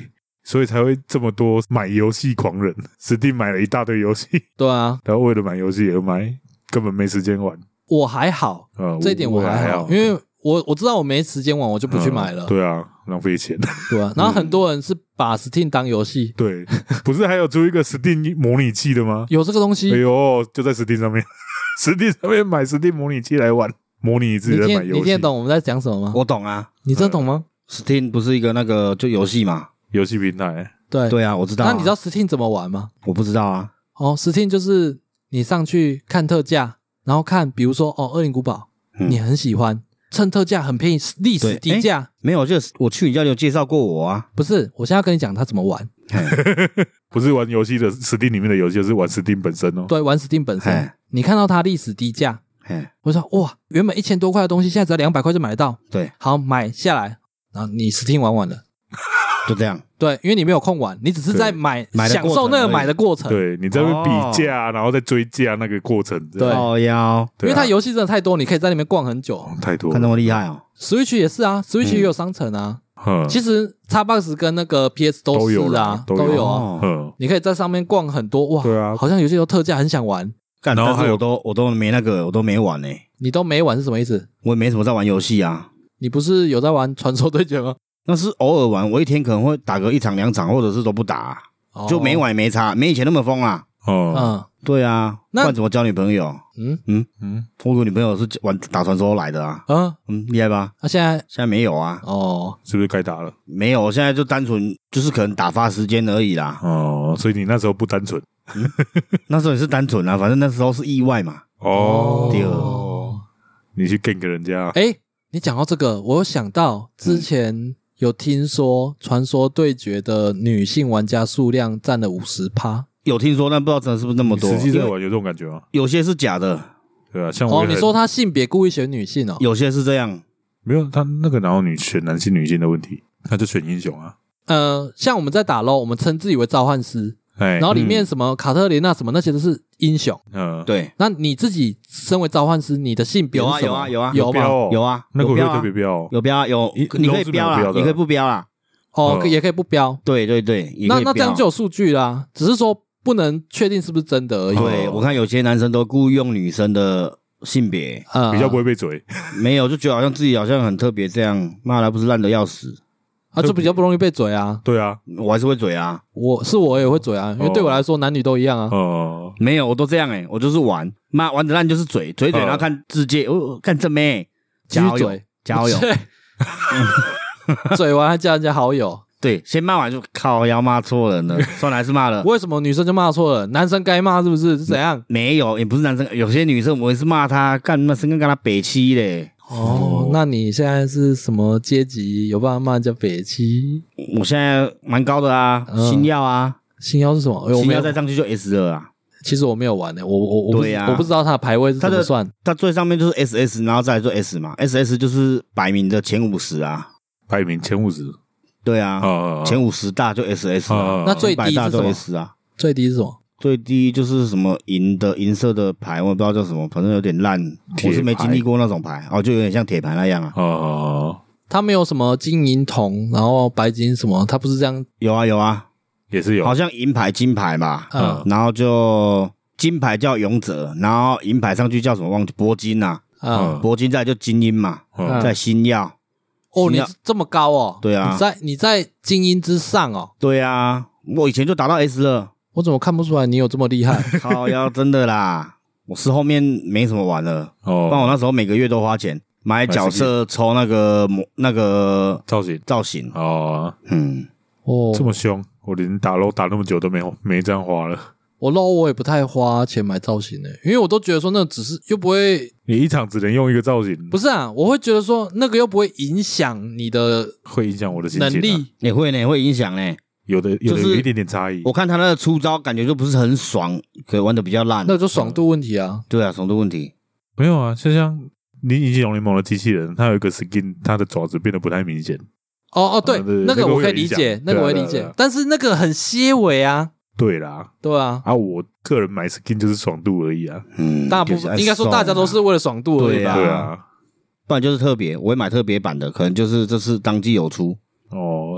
所以才会这么多买游戏狂人。Steam 买了一大堆游戏， 对啊， 然后为了买游戏而买，根本没时间玩。 我还好，呃、这一点我还好，因为我我知道我没时间玩，我就不去买了。 嗯、对啊，浪费钱。 对啊，然后很多人是把 Steam 当游戏。 对，不是还有出一个 Steam 模拟器的吗？ 有这个东西。 哎呦，就在 Steam 上面，Steam 上面买 Steam 模拟器来玩。模拟自己在买游戏， 你听得懂我们在讲什么吗？ 我懂啊， 你真懂吗、 嗯、？Steam 不是一个那个就游戏嘛， 游戏平台。 对对啊，我知道、啊。 那你知道 Steam 怎么玩吗？ 我不知道啊。 哦 ，Steam 就是你上去看特价，然后看，比如说哦，恶灵古堡、嗯，你很喜欢，趁特价很便宜，历史低价。 没有，就我去你家有介绍过我啊。 不是，我现在要跟你讲他怎么玩。 不是玩游戏的 Steam 里面的游戏，就是玩 Steam 本身哦。 对，玩 Steam 本身，你看到它历史低价。我说哇，原本一千多块的东西，现在只要两百块就买得到。 对， 好买下来，然后你 Steam 玩完了， 就这样。 对，因为你没有空玩，你只是在买，享受那个买的过程。 对，你在那边比价、哦，然后再追价那个过程。 对， 哦腰， 因为它游戏真的太多，你可以在那边逛很久。 哦、太多， 看那么厉害哦。 Switch 也是啊 ，Switch 也有商城啊。嗯、其实 Xbox 跟那个 P S 都是啊， 都有, 都有啊。嗯，你可以在上面逛很多哇。 对啊， 好像有些都特价，很想玩。 干，但是我都我都没那个，我都没玩呢、欸。 你都没玩是什么意思？ 我也没什么在玩游戏啊。 你不是有在玩传说对决吗？ 那是偶尔玩，我一天可能会打个一场两场，或者是都不打、啊哦，就没玩也没差，没以前那么疯啊。 哦， 嗯，对啊，那不然怎么交女朋友？嗯嗯嗯，我有女朋友是玩打传说来的啊。嗯嗯，厉害吧？ 那、啊、现在现在没有啊。 哦， 是不是该打了？ 没有，现在就单纯就是可能打发时间而已啦。 哦，所以你那时候不单纯。 嗯、那时候也是单纯啊，反正那时候是意外嘛。 哦， 对哦，你去 gank 人家。 哎、欸，你讲到这个，我有想到之前有听说传说对决的女性玩家数量占了 百分之五十。 有听说，但不知道真的是不是那么多。 实际在玩有这种感觉吗？ 有些是假的。 对啊，像我哦，你说他性别故意选女性哦？ 有些是这样。 没有，他那个哪有女选男性女性的问题，他就选英雄啊。 呃，像我们在打 L O， 我们称自己为召唤师。然后里面什么卡特琳娜什么那些都是英雄， 嗯， 对。 那你自己身为召唤师，你的性别是什么？ 有啊有啊有吗？ 有有啊， 那个会特别标， 有标啊，有你可以标啦，你可以不标啦。 哦，也可以不标。 对对对， 那那这样就有数据啦，只是说不能确定是不是真的而已。 对，我看有些男生都故意用女生的性别， 比较不会被嘴。 没有，就觉得好像自己好像很特别这样，妈的不是烂的要死。 啊，就比较不容易被嘴啊。 对啊， 我还是会嘴啊。 我是我也会嘴啊，因为对我来说男女都一样啊。 哦， 没有，我都这样哎、欸，我就是玩，妈玩的烂就是嘴，嘴嘴，然后看世界，哦，看正妹，加好友，加好友， 嘴完还加人家好友。 对，先骂完就靠腰骂错人了，算了还是骂了。 为什么女生就骂错了？男生该骂是不是？是怎样？ 没有，也不是男生，有些女生我也是骂她，干那生跟跟她北七嘞。 哦，那你现在是什么阶级？有办法骂人家北七？ 我现在蛮高的啊，嗯、星耀啊， 星耀是什么？ 星耀再上去就 S 二啊。 其实我没有玩的、欸，我我我不对、啊、 我不知道它的排位是怎么算。 它最上面就是 S S， 然后再来就 S 嘛 ，S S 就是百名的前五十啊， 百名前五十。 对啊， 哦、 前五十大就 S S 啊， 哦、那最低是什么 ？S 啊， 最低是什么？ 最低就是什么银的银色的牌，我也不知道叫什么，反正有点烂，我是没经历过那种牌，哦，就有点像铁牌那样啊。 哦， 它没有什么金银铜，然后白金什么，它不是这样？ 有啊有啊， 也是有， 好像银牌金牌吧，嗯，然后就金牌叫勇者，然后银牌上去叫什么忘记铂金啊，嗯，铂金再就精英嘛，嗯、再星耀。 哦，你这么高哦？ 对啊， 你在你在精英之上哦？ 对啊，我以前就打到 S 了。 我怎么看不出来你有这么厉害？ 靠腰，真的啦！我是后面没什么玩了，哦，不然我那时候每个月都花钱买角色抽那个那个造型造型哦， 嗯， 哦， 这么凶，我连打 L O 打那么久都没有没这样花了。 我 L O 我也不太花钱买造型诶、欸，因为我都觉得说那只是又不会， 你一场只能用一个造型， 不是啊？我会觉得说那个又不会影响你的， 会影响我的心情、啊、 能力， 也会呢，会影响呢。 有的有的有一点点差异、就是， 我看他那个出招感觉就不是很爽，可以玩的比较烂， 那就爽度问题啊。 对啊，爽度问题没有啊，就像你英雄联盟的机器人，它有一个 skin， 它的爪子变得不太明显。 哦哦，对，啊、对那个我可以理解，那個、那個我可以理解、啊啊啊，但是那个很些微啊。 对啦， 对啊， 啊，我个人买 skin 就是爽度而已啊。 嗯，大部分应该说大家都是为了爽度而已吧。 对啊， 不然就是特别，我会买特别版的，可能就是这次当季有出。 哦，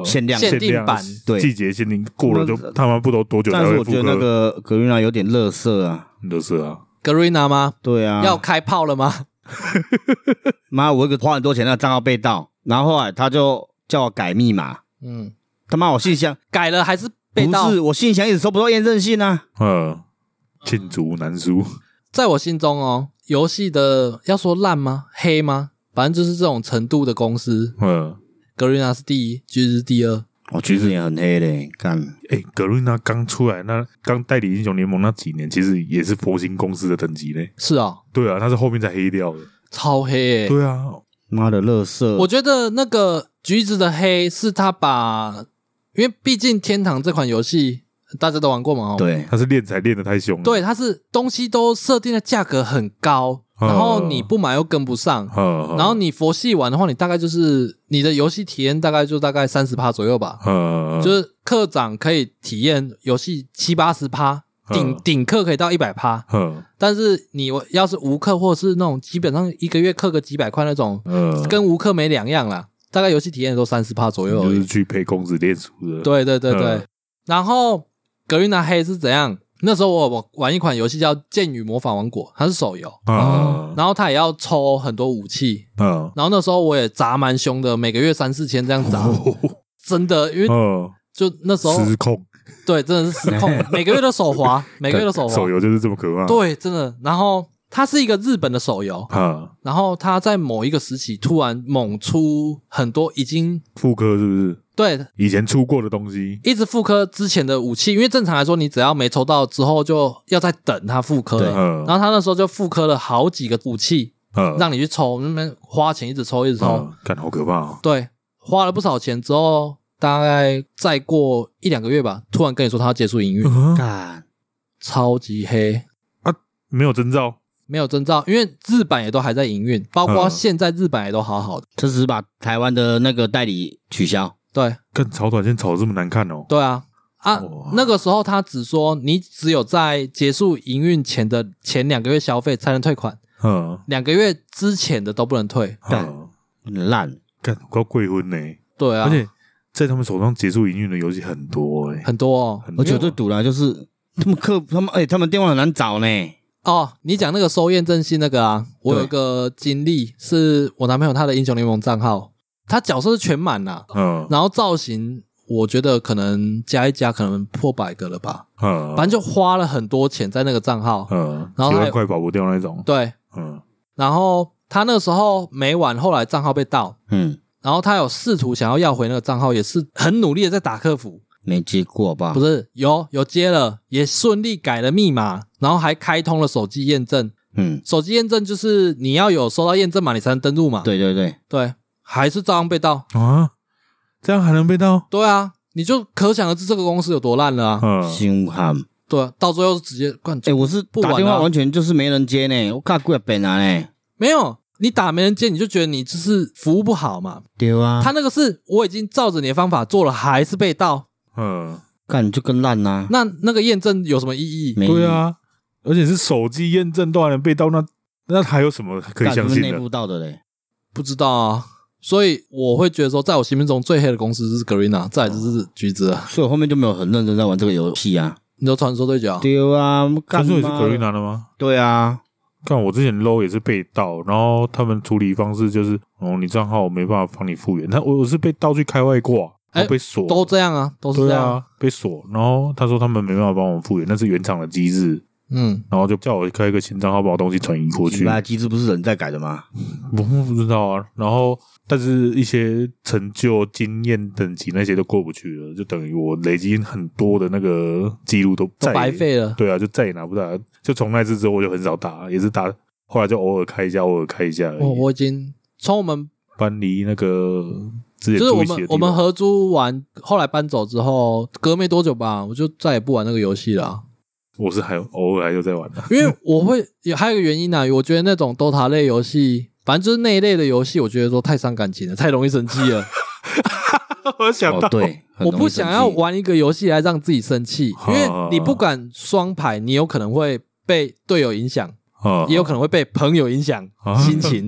限量限定版， 对，季节限定过了就他们不都多久才会复刻？ 但是我觉得那个格瑞娜有点垃圾啊， 垃圾啊， 格瑞娜吗？ 对啊， 要开炮了吗？ 妈，我一个花很多钱，那个账号被盗，然后后来他就叫我改密码，嗯，他妈我信箱改了还是被盗？ 不是，我信箱一直收不到验证信啊， 嗯，罄竹难书。 在我心中哦，游戏的要说烂吗？黑吗？反正就是这种程度的公司，嗯，格瑞娜是第一，橘子是第二。 哦，橘子也很黑嘞，干！ 哎、欸，格瑞娜刚出来，那刚代理英雄联盟那几年，其实也是佛心公司的等级嘞。 是啊， 对啊，他是后面才黑掉的， 超黑、欸。 对啊， 妈的，垃圾！ 我觉得那个橘子的黑是他把，因为毕竟天堂这款游戏大家都玩过嘛， 对， 他是练才练得太凶了。 对，他是东西都设定的价格很高。然后你不买又跟不上，然后你佛系玩的话，你大概就是你的游戏体验大概就大概 百分之三十 左右吧，就是课长可以体验游戏七八十趴，顶顶课可以到 百分之百，但是你要是无课或者是那种基本上一个月课个几百块那种，跟无课没两样啦，大概游戏体验都 百分之三十 左右而已， 就是去陪公子练书的。 对对对对，然后格瑞娜黑是怎样？那时候我玩一款游戏叫《剑与魔法王国》，它是手游，嗯，然后它也要抽很多武器，嗯，然后那时候我也砸蛮凶的，每个月三四千这样砸，哦、真的，因为就那时候失控， 对，真的是失控，每个月都手滑，每个月都手滑， 手游就是这么可怕， 对，真的。然后它是一个日本的手游，嗯，然后它在某一个时期突然猛出很多已经复刻，是不是？ 对， 以前出过的东西， 一直复刻之前的武器，因为正常来说，你只要没抽到之后，就要再等它复刻。然后他那时候就复刻了好几个武器，嗯，让你去抽，那边花钱一直抽，一直抽， 干、嗯、好可怕哦。 对，花了不少钱之后，大概再过一两个月吧，突然跟你说他要结束营运，干、嗯，超级黑啊，没有征兆。 没有征兆，因为日版也都还在营运，包括现在日版也都好好的。 这只是把台湾的那个代理取消。 对， 跟炒短线炒得这么难看哦。 对啊，啊，那个时候他只说你只有在结束营运前的前两个月消费才能退款，嗯，两个月之前的都不能退， 干烂， 干快贵婚呢。 对啊， 而且在他们手上结束营运的游戏很多哎、欸， 很多哦。 而且最堵啦就是他们客他们哎、欸，他们电话很难找呢。 哦，你讲那个收验证信那个啊，我有一个经历，是我男朋友他的英雄联盟账号，他角色是全满啦，嗯，然后造型我觉得可能加一加可能破百个了吧，嗯，反正就花了很多钱在那个账号，嗯，然后几万块跑不掉那种， 对，嗯，然后他那时候没玩，后来账号被盗，嗯，然后他有试图想要要回那个账号，也是很努力的在打客服。 没接过吧？ 不是，有有接了，也顺利改了密码，然后还开通了手机验证。嗯，手机验证就是你要有收到验证码，你才能登录嘛。 对对对对，还是照样被盗啊？这样还能被盗？ 对啊，你就可想而知这个公司有多烂了啊！ 嗯，心寒。 对啊，到最后直接灌。 哎、欸，我是打电话完全就是没人接呢，我靠贵本啊呢。 没有。你打没人接，你就觉得你就是服务不好嘛？ 对啊。 他那个是我已经照着你的方法做了，还是被盗。 嗯， 干就更烂啦。 那那个验证有什么意义？ 没对啊，而且是手机验证都还能被盗，那那还有什么可以相信的？ 内部盗的嘞， 不知道啊。所以我会觉得说，在我心目中最黑的公司是 Garena， 再来就是橘子啊。 所以我后面就没有很认真在玩这个游戏啊。 你说传说对决？ 对啊， 传说也是 Garena 的吗？ 对啊。 看我之前 low 也是被盗，然后他们处理方式就是哦，你账号没办法帮你复原，他我我是被盗去开外挂。欸、被锁都这样啊，都是这样啊， 被锁。然后他说他们没办法帮我们复原，那是原厂的机制。嗯，然后就叫我开一个新账号，把我东西转移过去。 那机制不是人在改的吗？ 我不知道啊。然后，但是一些成就、经验等级那些都过不去了，就等于我累积很多的那个记录都都白费了。 对啊，就再也拿不到。就从那次之后，我就很少打，也是打，后来就偶尔开一下，偶尔开一下而已。 我我已经从我们搬离那个。 就是我们我们合租完，后来搬走之后，隔没多久吧，我就再也不玩那个游戏了、啊。 我是还偶尔还有在玩的， 因为我会也还有一个原因啊，我觉得那种 D O T A 类游戏，反正就是那一类的游戏，我觉得说太伤感情了，太容易生气了。 我想到， 哦、对， 我不想要玩一个游戏来让自己生气，因为你不敢双排，你有可能会被队友影响，也有可能会被朋友影响心情。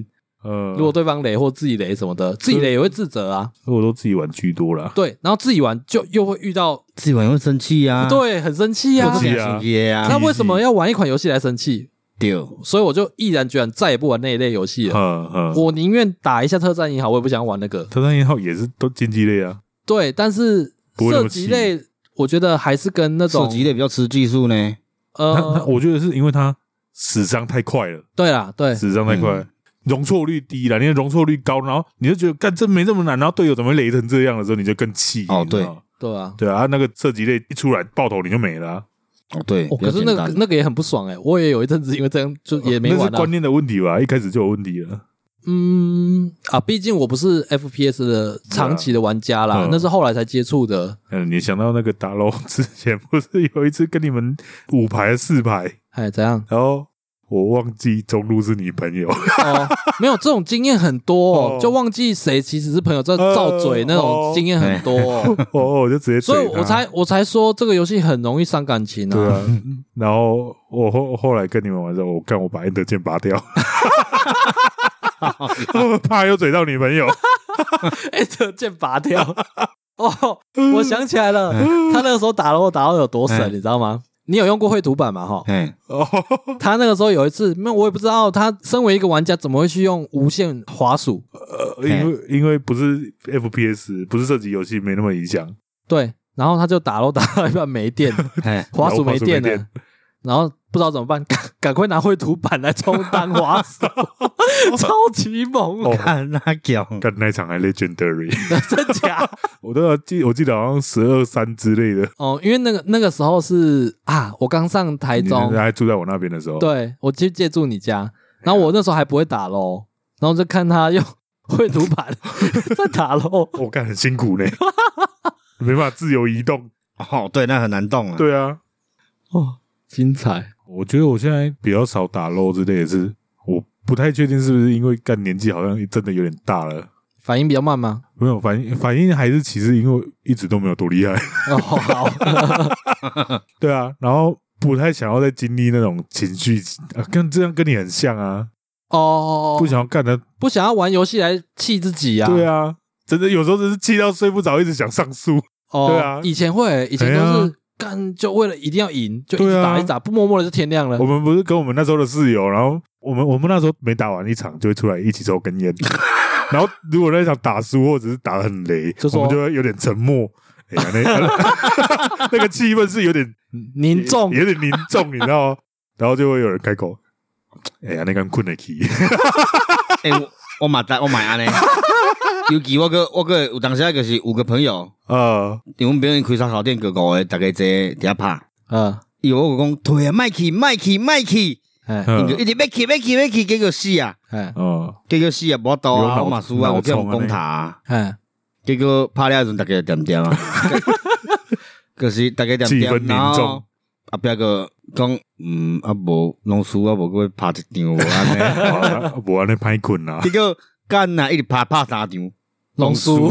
呃，如果对方雷或自己雷什么的，自己雷也会自责啊。 我都自己玩居多啦。 对，然后自己玩就又会遇到自己玩会生气啊， 对，很生气啊， 生气啊。 那为什么要玩一款游戏来生气？ 对， 所以我就毅然决然再也不玩那一类游戏了。嗯嗯，我宁愿打一下特战银行，我也不想玩那个。 特战银行也是都竞技类啊。 对，但是射击类，我觉得还是跟那种射击类比较吃技术呢。 呃，我觉得是因为它死伤太快了。 对啦，对， 死伤太快，嗯、容错率低了，你的容错率高，然后你就觉得干这没这么难，然后队友怎么雷成这样的时候，你就更气。 哦，对， 对啊， 对啊，那个射击类一出来爆头你就没了、啊。 哦，对， 哦、可是那个那个也很不爽哎、欸，我也有一阵子因为这样就也没玩、啊。 那是观念的问题吧，一开始就有问题了。 嗯啊，毕竟我不是 F P S 的长期的玩家啦，啊、那是后来才接触的。 嗯，你想到那个打楼之前，不是有一次跟你们五排四排， 哎，怎样？ 然后我忘记中路是你朋友。 哦，没有这种经验很多、哦，就忘记谁其实是朋友，在造嘴、呃、那种经验很多、哦。 哦，我就直接， 所以我才我才说这个游戏很容易伤感情啊。 对啊，然后我后后来跟你们玩的时候，我干我把 Ender 键拔掉。怕又嘴到女朋友 ，Enter 键拔掉。哦，我想起来了，他那个时候打了我打到有多神，你知道吗？你有用过绘图板吗？哈，嗯，他那个时候有一次，那我也不知道，他身为一个玩家怎么会去用无线滑鼠？ 呃，因为因为不是 F P S， 不是射击游戏，没那么影响。 对，然后他就打咯打到一半没电，滑鼠没电了，然后不知道怎么办，赶赶快拿绘图板来充当滑鼠，超级猛！ 看那屌， 干那场还 Legendary， 真假？ 我都要记，我记得好像十二三之类的。 哦，因为那个那个时候是啊，我刚上台中， 还住在我那边的时候， 对我去借住你家，然后我那时候还不会打咯，然后就看他用绘图板在打咯， 我干很辛苦呢，没办法自由移动。 哦，对，那很难动啊。 对啊， 哦。精彩！ 我觉得我现在比较少打 low 之类的是，我不太确定是不是因为干年纪好像真的有点大了， 反应比较慢吗？ 没有反应，反应还是其实因为一直都没有多厉害。 哦，好， 对啊，然后不太想要再经历那种情绪，啊，跟这样跟你很像啊。 哦， 不想要干的， 不想要玩游戏来气自己啊。 对啊，真的有时候真是气到睡不着，一直想上诉。 哦， 对啊， 以前会，以前都是。干就为了一定要赢，就一直打一直打，不默默的就天亮了。 我们不是跟我们那时候的室友，然后我们我们那时候每打完一场就会出来一起抽根烟，然后如果那一场打輸或者是打得很雷，就我们就会有点沉默。哎呀，那那个气氛是有点凝重， 有点凝重，你知道吗？然后就会有人开口：“哎呀，那个困得起。” 哎，我我马在我买安呢。尤其我个我个有当时啊，就是有个朋友，呃，因为我们别人开烧烤店，个个个大家坐伫遐拍，呃，伊我讲退啊，卖去卖去卖去，哎，伊就一直要去要去要去，结果死啊，哎，哦，结果死啊，无刀啊，我嘛输啊，我叫人讲他啊，哎，结果拍了阵大家点点啊，可是大家点点，然后后壁个讲，嗯，啊无拢输啊，无过拍一场无安尼， 无安尼歹困啊， 结果。干呐！一直拍拍三场， 拢输，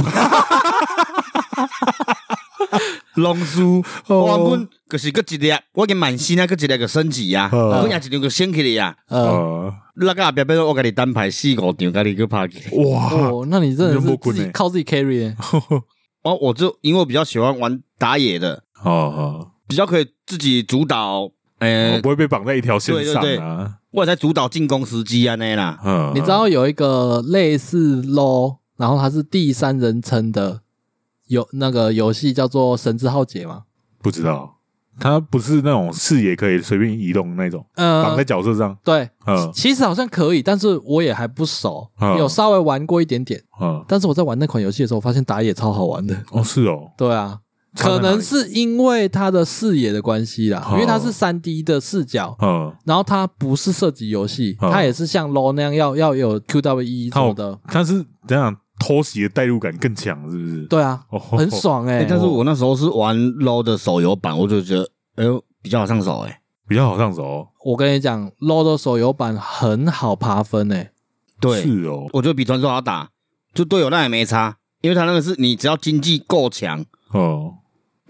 拢输。我原本就是个一粒，我已经满心啊，个一粒个升级啊，我赢一场个升起嚟啊。呃，那个后壁变我甲你单排四五场，甲你去拍起。 哇！哦，那你真的是自己靠自己 carry。 哦，我就因为我比较喜欢玩打野的，哦哦，比较可以自己主导。 呃，不会被绑在一条线上啊。对对对， 我才主导进攻时机啊，那啦。 嗯，你知道有一个类似 low， 然后它是第三人称的有那个游戏叫做《神之浩劫》吗？ 不知道，它不是那种视野可以随便移动那种，嗯、呃，绑在角色上。 对，嗯，其实好像可以，但是我也还不熟，嗯、有稍微玩过一点点。嗯，但是我在玩那款游戏的时候，我发现打野超好玩的。 哦，是哦， 对啊。可能是因为它的视野的关系啦，因为它是 三 D 的视角，然后它不是射击游戏，它也是像 L O 那样要要有 Q W E 什么的， 它是怎样偷袭的代入感更强，是不是？ 对啊，很爽哎！ 但是我那时候是玩 L O 的手游版，我就觉得哎呦比较好上手哎， 比较好上手。 我跟你讲 ，L O 的手游版很好爬分哎， 对， 是哦， 我觉得比传说好打，就队友那也没差，因为他那个是你只要经济够强哦。就是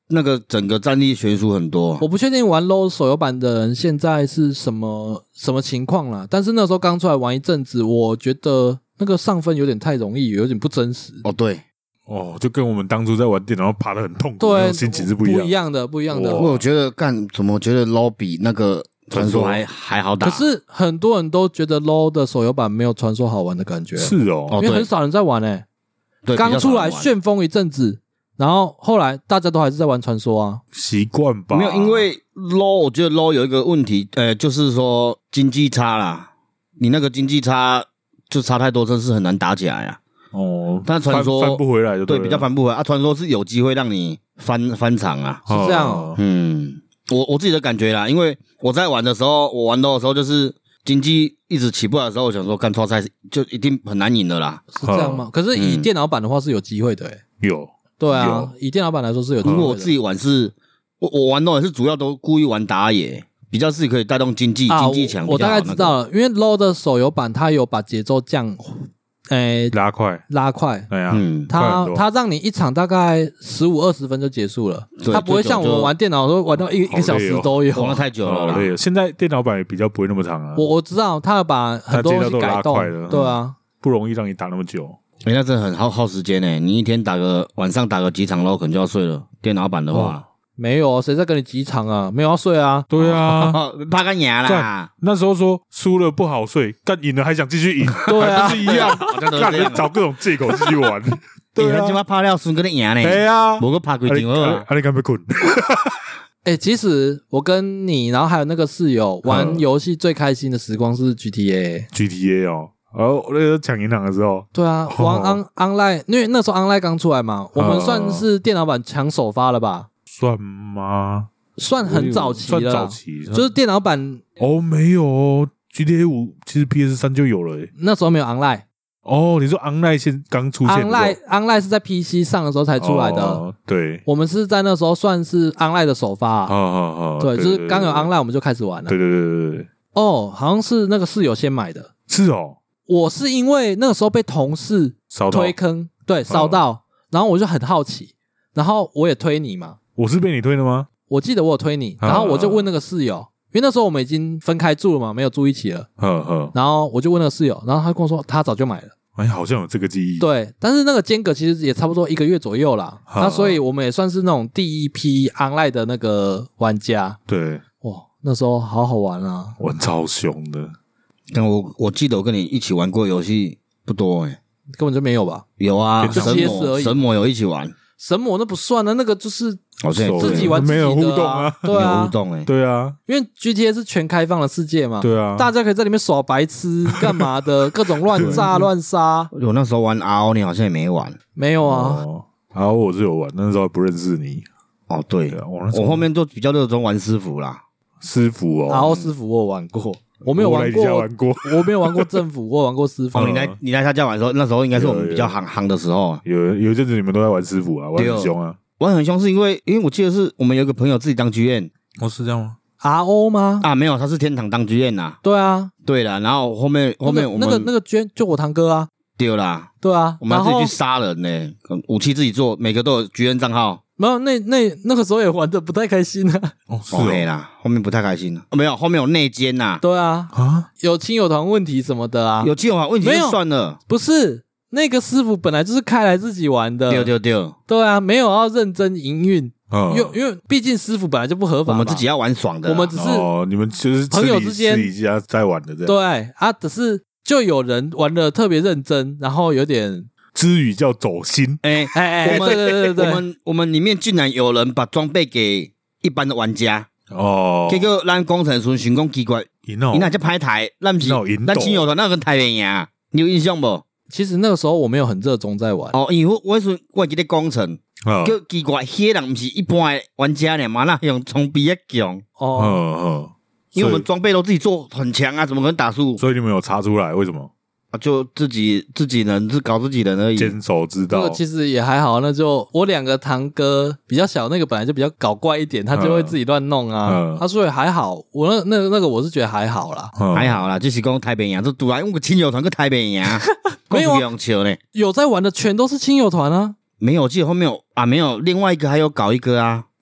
那个整个战力悬殊很多。 我不确定玩 L O L 手游版的人现在是什么什么情况啦，但是那时候刚出来玩一阵子，我觉得那个上分有点太容易，有点不真实。 哦，对。 哦，就跟我们当初在玩电脑爬得很痛苦， 对， 心情是不一样， 不一样的，不一样的。 我觉得干怎么觉得 L O L 比那个传说还还好打？ 可是很多人都觉得 L O L 的手游版没有传说好玩的感觉。 是哦， 因为很少人在玩诶、欸。对，刚出来旋风一阵子，然后后来大家都还是在玩传说啊， 习惯吧？ 没有，因为 L O L 我觉得 L O L 有一个问题，呃，就是说经济差啦，你那个经济差就差太多，真是很难打起来啊。 哦， 但传说翻, 翻不回来就 对, 对，比较翻不回来啊。传说是有机会让你翻翻场啊， 是这样哦。 嗯，我我自己的感觉啦，因为我在玩的时候，我玩到的时候就是经济一直起不来的时候，我想说干超赛就一定很难赢的啦。 是这样吗？可是以电脑版的话是有机会的诶、欸。 有， 对啊，以电脑版来说是有机会的。 如果我自己玩是，我我玩到也是主要都故意玩打野。比较是可以带动经济，经济强、 啊。我大概知道了，因为 L O L 的手游版它有把节奏降。诶、欸， 拉快， 拉快， 对啊， 嗯，它它让你一场大概十五二十分就结束了，它不会像我们玩电脑说玩到一、哦、一个小时都有， 玩太久了啦。 对，现在电脑版也比较不会那么长啊。 我我知道，它把很多东西改动，对啊、嗯， 不容易让你打那么久。 诶、欸，那真的很耗耗时间诶，你一天打个晚上打个几场 L O L 可能就要睡了。电脑版的话。哦没有，谁在跟你几场啊？没有要睡啊？ 对啊， 怕干牙啦。 那时候说输了不好睡，干赢了还想继续赢， 对啊， 不是一样，干人找各种借口继续玩。 对啊，今晚怕了输跟你赢呢。 对啊， 无个怕几场啊？ 啊，你敢不困？ 哎、欸，其实我跟你，然后还有那个室友玩游戏最开心的时光是 G T A。G T A 哦。然后那个抢银行的时候， 对啊，玩 on online， 因为那时候 online 刚出来嘛，我们算是电脑版抢首发了吧？ 算吗？ 算很早期了， 算早期， 就是电脑版哦，没有哦 ，G T A 五其实 P S 三就有了诶， 那时候没有 online。 哦，你说 online 先刚出现 ，online online 是在 P C 上的时候才出来的。 哦、对， 我们是在那时候算是 online 的首发、啊。 哦哦哦， 对，就是刚有 online 我们就开始玩了。 对对对对对。 哦，好像是那个室友先买的。 是哦， 我是因为那个时候被同事推坑，对，烧到、哦，然后我就很好奇，然后我也推你嘛。 我是被你推的吗？ 我记得我有推你，然后我就问那个室友，因为那时候我们已经分开住了嘛，没有住一起了。 呵呵， 然后我就问那个室友，然后他跟我说他早就买了。 哎，好像有这个记忆。 对，但是那个间隔其实也差不多一个月左右啦。那所以我们也算是那种第一批 online 的那个玩家。 对， 哇，那时候好好玩啊， 玩超凶的。 但我我记得我跟你一起玩过游戏不多诶、欸， 根本就没有吧？ 有啊，神魔神魔有一起玩。 神魔那不算啊，那个就是自己玩自己的、啊， 没有互动啊， 对啊， 没有互动哎、欸， 对啊， 因为 G T A 是全开放的世界嘛， 对啊， 大家可以在里面耍白痴干嘛的，各种乱炸乱杀。 我那时候玩 R O， 你好像也没玩， 没有啊。 哦、R O 我是有玩，那时候不认识你。 哦，对， 对啊、我, 我后面都比较热衷玩师傅啦， 师傅哦 ，R O 师傅我有玩过。我没有玩过， 我, 玩过我没有玩过政府，我有玩过师傅。 哦，你来你来他家玩的时候，那时候应该是我们比较行行的时候。 有有一阵子你们都在玩师傅啊，玩很凶啊。 玩很凶是因为，因为我记得是我们有一个朋友自己当剧院。 哦，是这样吗 ？R O 吗？ 啊，没有，他是天堂当剧院呐。 对啊， 对啦，然后后面后面我们那个那个捐就我堂哥啊。 对啦， 对啊， 我们要自己去杀人呢、欸，武器自己做，每个都有剧院账号。 没有，那那那个时候也玩的不太开心啊。 哦，是哦啦，后面不太开心、哦、没有，后面有内奸呐。 对啊，啊，有亲友团问题什么的啊， 有亲友团问题就算了， 不是那个师傅本来就是开来自己玩的， 对对对， 对啊，没有要认真营运。 哦、 因为因为毕竟师傅本来就不合法， 我们自己要玩爽的， 我们只是哦，你们就是朋友之间私底下在玩的这样， 对啊，只是就有人玩的特别认真，然后有点。 之语叫走心， 哎哎哎，对对对对， 我们我们里面竟然有人把装备给一般的玩家哦， 结果咱工程师想讲奇怪，你哪只拍台，咱不是咱亲友团那跟台面赢，你有印象不？ 其实那个时候我没有很热衷在玩哦，因为我说我记得工程，就奇怪，迄人不是一般的玩家呢嘛，那用装备的强哦， 嗯嗯， 因为我们装备都自己做很强啊，怎么可能打输？ 所以你们有查出来为什么？ 啊，就自己自己人是搞自己人而已， 坚守之道。 这个其实也还好，那就我两个堂哥比较小，那个本来就比较搞怪一点，他就会自己乱弄啊。嗯、他所以还好，我那那那个我是觉得还好啦， 嗯、还好啦，就是讲台北赢，就突然我个亲友团跟台北赢， 没有啊，有在玩的全都是亲友团啊。 没有，我记得后面有啊，没有另外一个还有搞一个啊。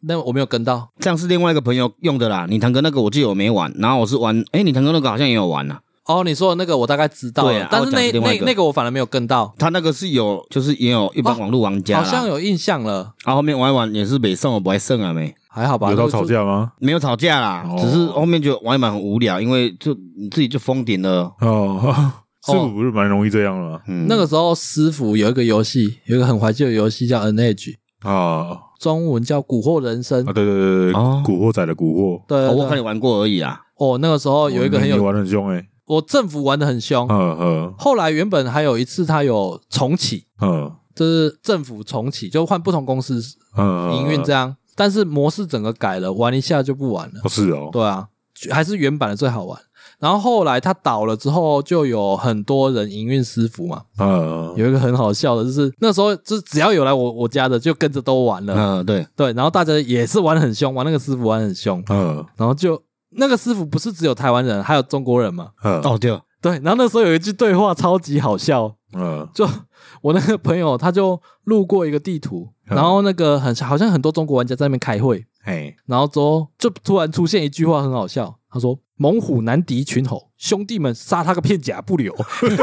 那我没有跟到， 这样是另外一个朋友用的啦。你堂哥那个我记得我没玩，然后我是玩，哎，你堂哥那个好像也有玩啊。 哦，你说的那个我大概知道了，啊、但是那那那个我反而没有跟到。 他那个是有，就是也有一般网络玩家、哦， 好像有印象了。 啊，后面玩一玩也是没胜，我不会胜啊没。 还好吧？ 有到吵架吗？ 没有吵架啦，哦、只是后面就玩一玩很无聊，因为就你自己就封顶了。 哦，师傅不是蛮容易这样的吗？ 嗯，那个时候师傅有一个游戏，有一个很怀旧的游戏叫 N H 啊， 中文叫《蛊惑人生》 啊，对对对对，哦、古惑仔的蛊惑。 对, 对, 对、哦，我看你玩过而已啊。 哦，那个时候有一个很有， 你玩得很凶哎、欸。 我政府玩得很凶， 嗯嗯， 后来原本还有一次他有重启，嗯，就是政府重启，就换不同公司营运这样，嗯、但是模式整个改了，玩一下就不玩了。 哦，是哦， 对啊，还是原版的最好玩。然后后来他倒了之后，就有很多人营运师傅嘛，嗯，有一个很好笑的，就是那时候就是只要有来我我家的，就跟着都玩了， 嗯，对对，然后大家也是玩得很凶，玩那个师傅玩得很凶，嗯，然后就。那个师傅不是只有台湾人，还有中国人嘛？ 嗯，哦对对，然后那时候有一句对话超级好笑，嗯，就我那个朋友他就路过一个地图，然后那个很好像很多中国玩家在那边开会，哎，然后之后就突然出现一句话很好笑，他说：“猛虎难敌群猴，兄弟们杀他个片甲不留。”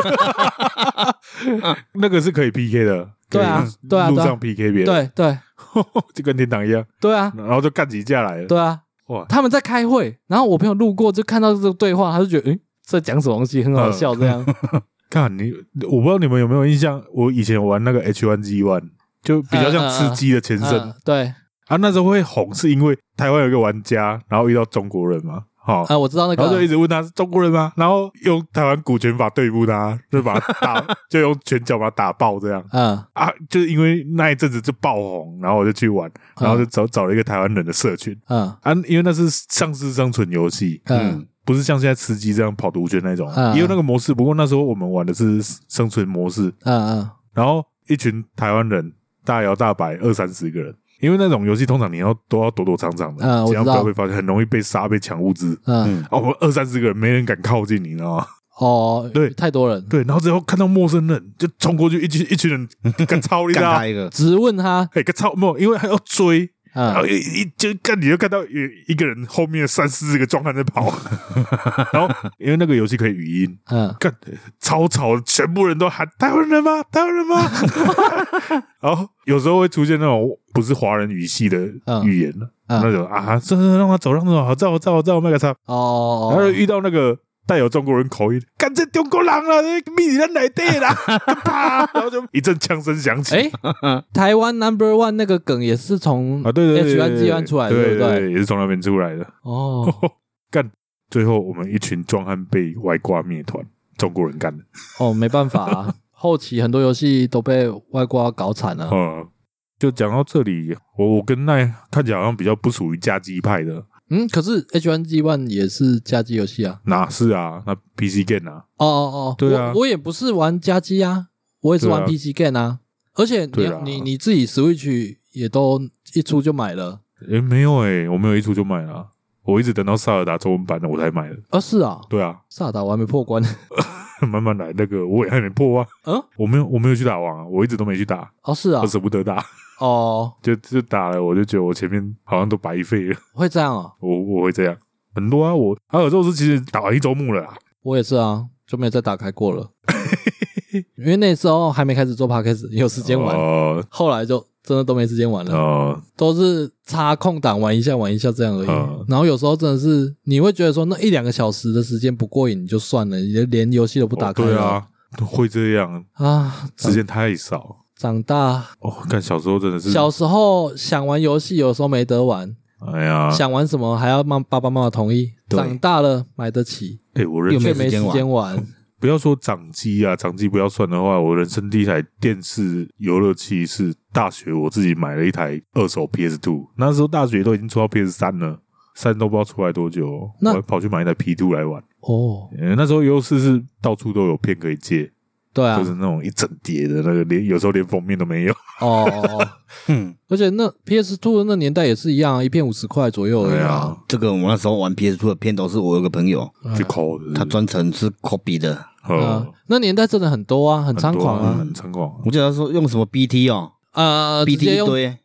那个是可以 P K 的， 对啊，对啊， 路上 P K 别人， 对对， 就跟天堂一样， 对啊， 然后就干起架来了， 对啊。哇！他们在开会，然后我朋友路过就看到这个对话，他就觉得，诶，在讲什么东西，很好笑，这样。 看你，我不知道你们有没有印象，我以前玩那个 H 一 G 一，就比较像吃鸡的前身。 嗯嗯嗯、对啊，那时候会红，是因为台湾有一个玩家，然后遇到中国人嘛。好、哦、 啊，我知道那个， 然后就一直问他是中国人吗？然后用台湾股权法对付他，就把他打，就用拳脚把他打爆这样。嗯啊，就是因为那一阵子就爆红，然后我就去玩，然后就找、嗯、找了一个台湾人的社群。嗯啊，因为那是丧尸生存游戏，嗯，不是像现在吃鸡这样跑毒圈那种，嗯、也有那个模式。不过那时候我们玩的是生存模式。嗯嗯，然后一群台湾人大摇大摆二三十个人。因为那种游戏通常你要都要躲躲藏藏的，嗯，这样不要被发现，很容易被杀、被抢物资。嗯，哦，我们二三十个人，没人敢靠近，你知道吗？ 哦，对，太多人。 对，然后之后看到陌生人，就冲过去，一群一群人干超厉害， 一个直问他， 哎，干超没有，因为还要追。嗯、然后一一就看你就看到有一个人后面三四个壮汉在跑，然后因为那个游戏可以语音，嗯，干超吵，全部人都喊台湾人吗？台湾人吗？然后有时候会出现那种不是华人语系的语言了，嗯、那种啊，这让他走，让他走，好，照照照，麦克叉哦，然后遇到那个。带有中国人口音，干这中国人啦，秘人来对啦，啪，然后就一阵枪声响起。 哎、欸，台湾 Number One 那个梗也是从啊，对对对 H 一 G 一出来的，对不对？ 对，也是从那边出来的。哦，干，最后我们一群壮汉被外挂灭团，中国人干的。 哦，没办法啊，后期很多游戏都被外挂搞惨了。 嗯，就讲到这里，我我跟奈看起来好像比较不属于家机派的。 嗯，可是 H 一 G 一 也是家机游戏啊？ 哪是啊？那 P C game 啊？ 哦哦哦，对啊我，我也不是玩家机啊，我也是玩 P C game 啊。而且你你你自己 Switch 也都一出就买了？ 诶、欸，没有诶、欸，我没有一出就买了，我一直等到萨尔达中文版的我才买的。 啊，是啊， 对啊， 萨尔达我还没破关， 慢慢来。那个我也还没破啊。嗯，我没有我没有去打王啊，我一直都没去打。 哦，是啊， 我舍不得打。 哦， 就就打了，我就觉得我前面好像都白费了。 会这样啊？ 我我会这样，很多啊。我阿尔宙斯其实打完一周目了啊。 我也是啊，就没有再打开过了。因为那时候还没开始做 podcast， 有时间玩。哦，后来就真的都没时间玩了。哦，都是插空档玩一下玩一下这样而已。哦，然后有时候真的是你会觉得说那一两个小时的时间不过瘾，你就算了，你连游戏都不打开了。 哦，对啊，会这样啊，时间太少。 长大哦，看小时候真的是， 小时候想玩游戏，有时候没得玩。哎呀，想玩什么还要妈爸爸妈妈同意。长大了买得起， 哎、欸，我人生没时间玩。 不要说掌机啊，掌机不要算的话，我人生第一台电视游乐器是大学我自己买了一台二手 P S 二， 那时候大学都已经出到 P S 三了，三都不知道出来多久，我还跑去买一台 P 二 来玩。哦，欸、那时候游戏是到处都有片可以借。 对啊， 就是那种一整叠的那个，连有时候连封面都没有。哦， 嗯，而且那 P S 二 的那年代也是一样，一片五十块左右而已啊。 这个我那时候玩 P S 二 的片都是我有个朋友去抠的， 他专程是 copy 的。 啊，那年代真的很多啊，很猖狂啊， 很猖狂。 我记得他说用什么 B T 哦， 呃， B T 一堆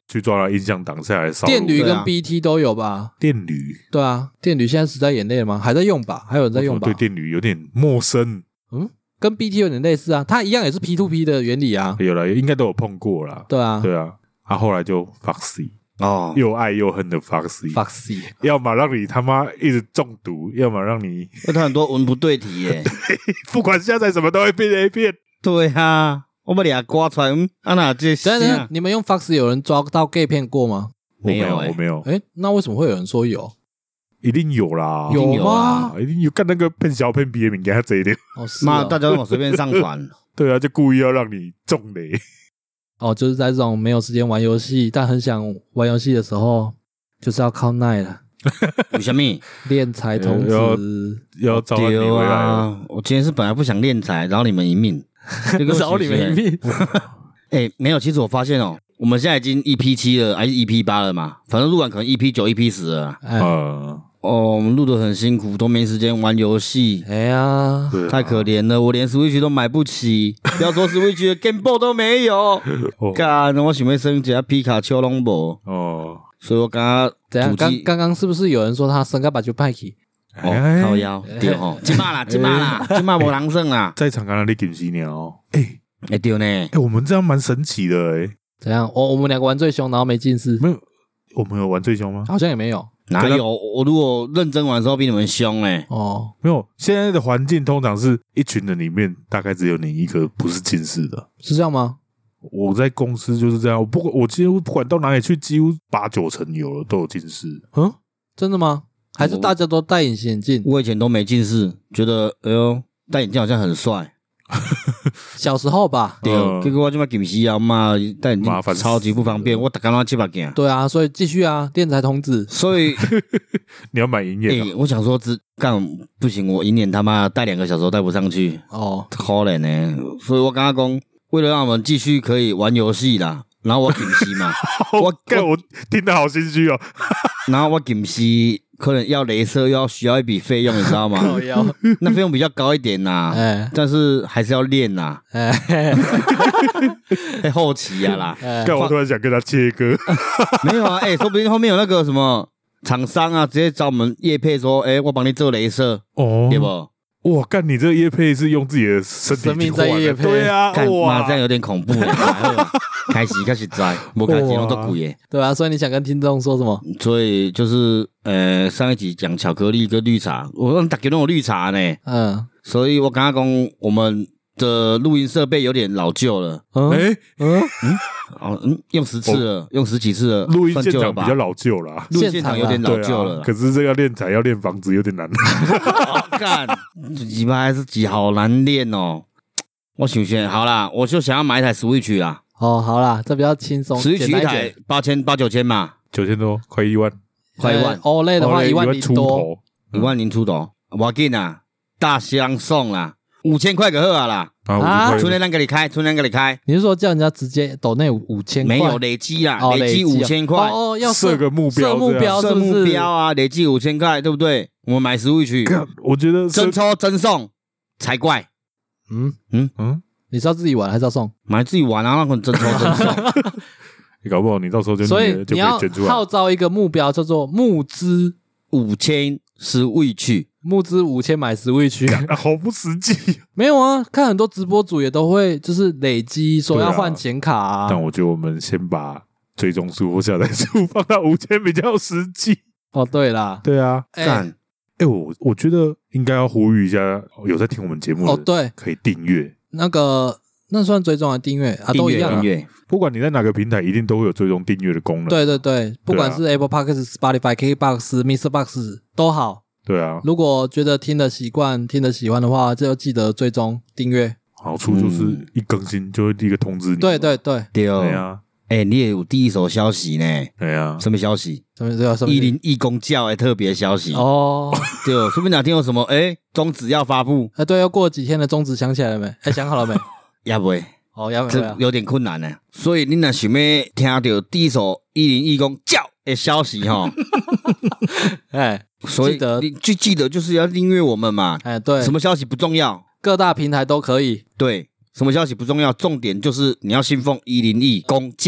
去抓它音响挡下来烧。 电驴跟 B T 都有吧？ 电驴， 对啊，电驴现在时代眼泪了吗？还在用吧？还有人在用吧？ 对电驴有点陌生。 嗯，跟 B T 有点类似啊，它一样也是 P to P 的原理啊。 有啦，应该都有碰过啦。 对啊， 对啊，啊，后来就 Foxy。哦，又爱又恨的 Foxy，Foxy， 要么让你他妈一直中毒，要么让你， 因为他很多文不对题耶， 不管下载什么都会变 A 片。 对啊，我把俩刮出来，嗯，啊哪这？ 等等，你们用 Foxy 有人抓到 gay 片过吗？ 没有， 我没有。 哎，那为什么会有人说有？ 一定有啦， 有吗？ 一定有，干那个骗小骗别名给他这一点。 哦， 妈，大家都随便上传。 对啊，就故意要让你中雷。 哦，就是在这种没有时间玩游戏，但很想玩游戏的时候，就是要靠耐了。 有什么？ 练财童子要召唤你回来啊！ 我今天是本来不想练财，然后你们一命， 找你们一命。 哎，没有，其实我发现哦，我们现在已经 E P 七了，还是 E P 八了嘛？反正录完可能 E P 九、E P 十了。嗯。哦，我们录得很辛苦，都没时间玩游戏。 哎呀， 太可怜了，我连 Switch 都买不起，不要说 Switch 的 Game Boy 都没有。干，我想要升级下皮卡丘拢无。哦，所以我刚刚怎样？刚刚刚是不是有人说他升个把就派去？ 哦，靠腰对哦，今嘛啦，今嘛啦，今嘛无人胜啦。 在场刚刚你紧死鸟，哎哎对呢， 哎我们这样蛮神奇的哎。 怎样？我我们两个玩最凶，然后没近视。 没有，我们有玩最凶吗？ 好像也没有。 哪有？我如果认真玩的时候比你们凶哎、欸！ 哦，没有。现在的环境通常是一群人里面大概只有你一个不是近视的， 是这样吗？ 我在公司就是这样，我不管我几乎不管到哪里去，几乎八九成有了都有近视。 嗯，真的吗？还是大家都戴隐形眼镜？ 我以前都没近视，觉得哎呦戴眼镜好像很帅。 小时候吧， 对，结果我这么近视啊嘛，戴眼镜超级不方便，我打刚刚七把镜。 对啊，所以继续啊，练财童子。 所以你要买银眼、 欸，我想说只干不行，我银眼他妈戴两个小时都戴不上去哦，可怜呢。所以我刚刚讲，为了让我们继续可以玩游戏啦，然后我近视嘛， 我我我听得好心虚哦。 然后我近视可能要雷射，又要需要一笔费用，你知道吗？那费用比较高一点呐、欸，但是还是要练呐、啊，欸、后期呀、啊、啦。 但我突然想跟他切割， 没有啊，哎、欸，说不定后面有那个什么厂商啊，直接找我们业配说，哎、欸，我帮你做雷射，哦，对不？ 哇，干你这个业配是用自己的身体生命在业配， 对啊， 哇，这样有点恐怖了。开始开始摘，我开始弄都贵耶， 对啊，所以你想跟听众说什么？ 所以就是呃，上一集讲巧克力跟绿茶，我让大家弄绿茶呢，嗯，所以我刚刚讲我们的录音设备有点老旧了， 嗯，哎、欸，嗯嗯，哦嗯，用十次了，用十几次了， 录音现场比较老旧了， 录音现场有点老旧了、 啊，可是这个练才要练房子有点难， 干，几把还是几好难练哦，我想想，好啦，我就想要买一台 Switch 啦。 哦，好啦，这比较轻松。 Switch一台八千八九千嘛， 九千多，快一万， 快一万。 O L E D 的话一万零多， 一万零出头。我给你啊，大相送啦，五千块个好啊啦。 啊， 春天让给你开，春天给你开。 你是说叫人家直接抖那五千块？ 没有累积啦，哦、累积五千块。 哦，要设个目标， 设目标， 设目标啊，累积五千块，对不对？我们买Switch， 我觉得真抽真送才怪。 嗯嗯嗯。你是要自己玩还是要送？ 买自己玩啊，那可能真抽真送。 你搞不好你到时候就所以你要号召一个目标，叫做募资五千Switch， 募资五千买Switch， 好不实际。 没有啊，看很多直播主也都会就是累积说要换显卡啊。 啊但我觉得我们先把追踪数或下载数放到五千比较实际。 哦，对啦， 对啊， 干、欸。 哎、欸，我我觉得应该要呼吁一下，有在听我们节目的， 哦，对， 可以订阅。 那个那算追踪还是订阅啊？都一样、啊。 不管你在哪个平台，一定都会有追踪订阅的功能。 对对对，不管是 Apple Podcast、Spotify、K K Box、Mister Box 都好。 对啊， 如果觉得听的习惯、听的喜欢的话，就记得追踪订阅。 好处就是一更新就会第一个通知你。 对对对， 对哦。 对啊， 哎、欸，你也有第一手消息呢？ 对啊， 什么消息？ 什么什么？ 一零一公教的特别消息哦。 对哦，说不定哪天有什么哎，宗旨要发布。 哎、欸，对，要过几天的宗旨想起来了没？哎、欸，想好了没？ 也不会。 哦，也不会， 这有点困难呢。所以你若想要听到第一手一零一公教的消息哈， 哎， 所以你就记得就是要订阅我们嘛。 哎，对， 什么消息不重要， 各大平台都可以。 对，什么消息不重要，重点就是你要信奉一零一公教。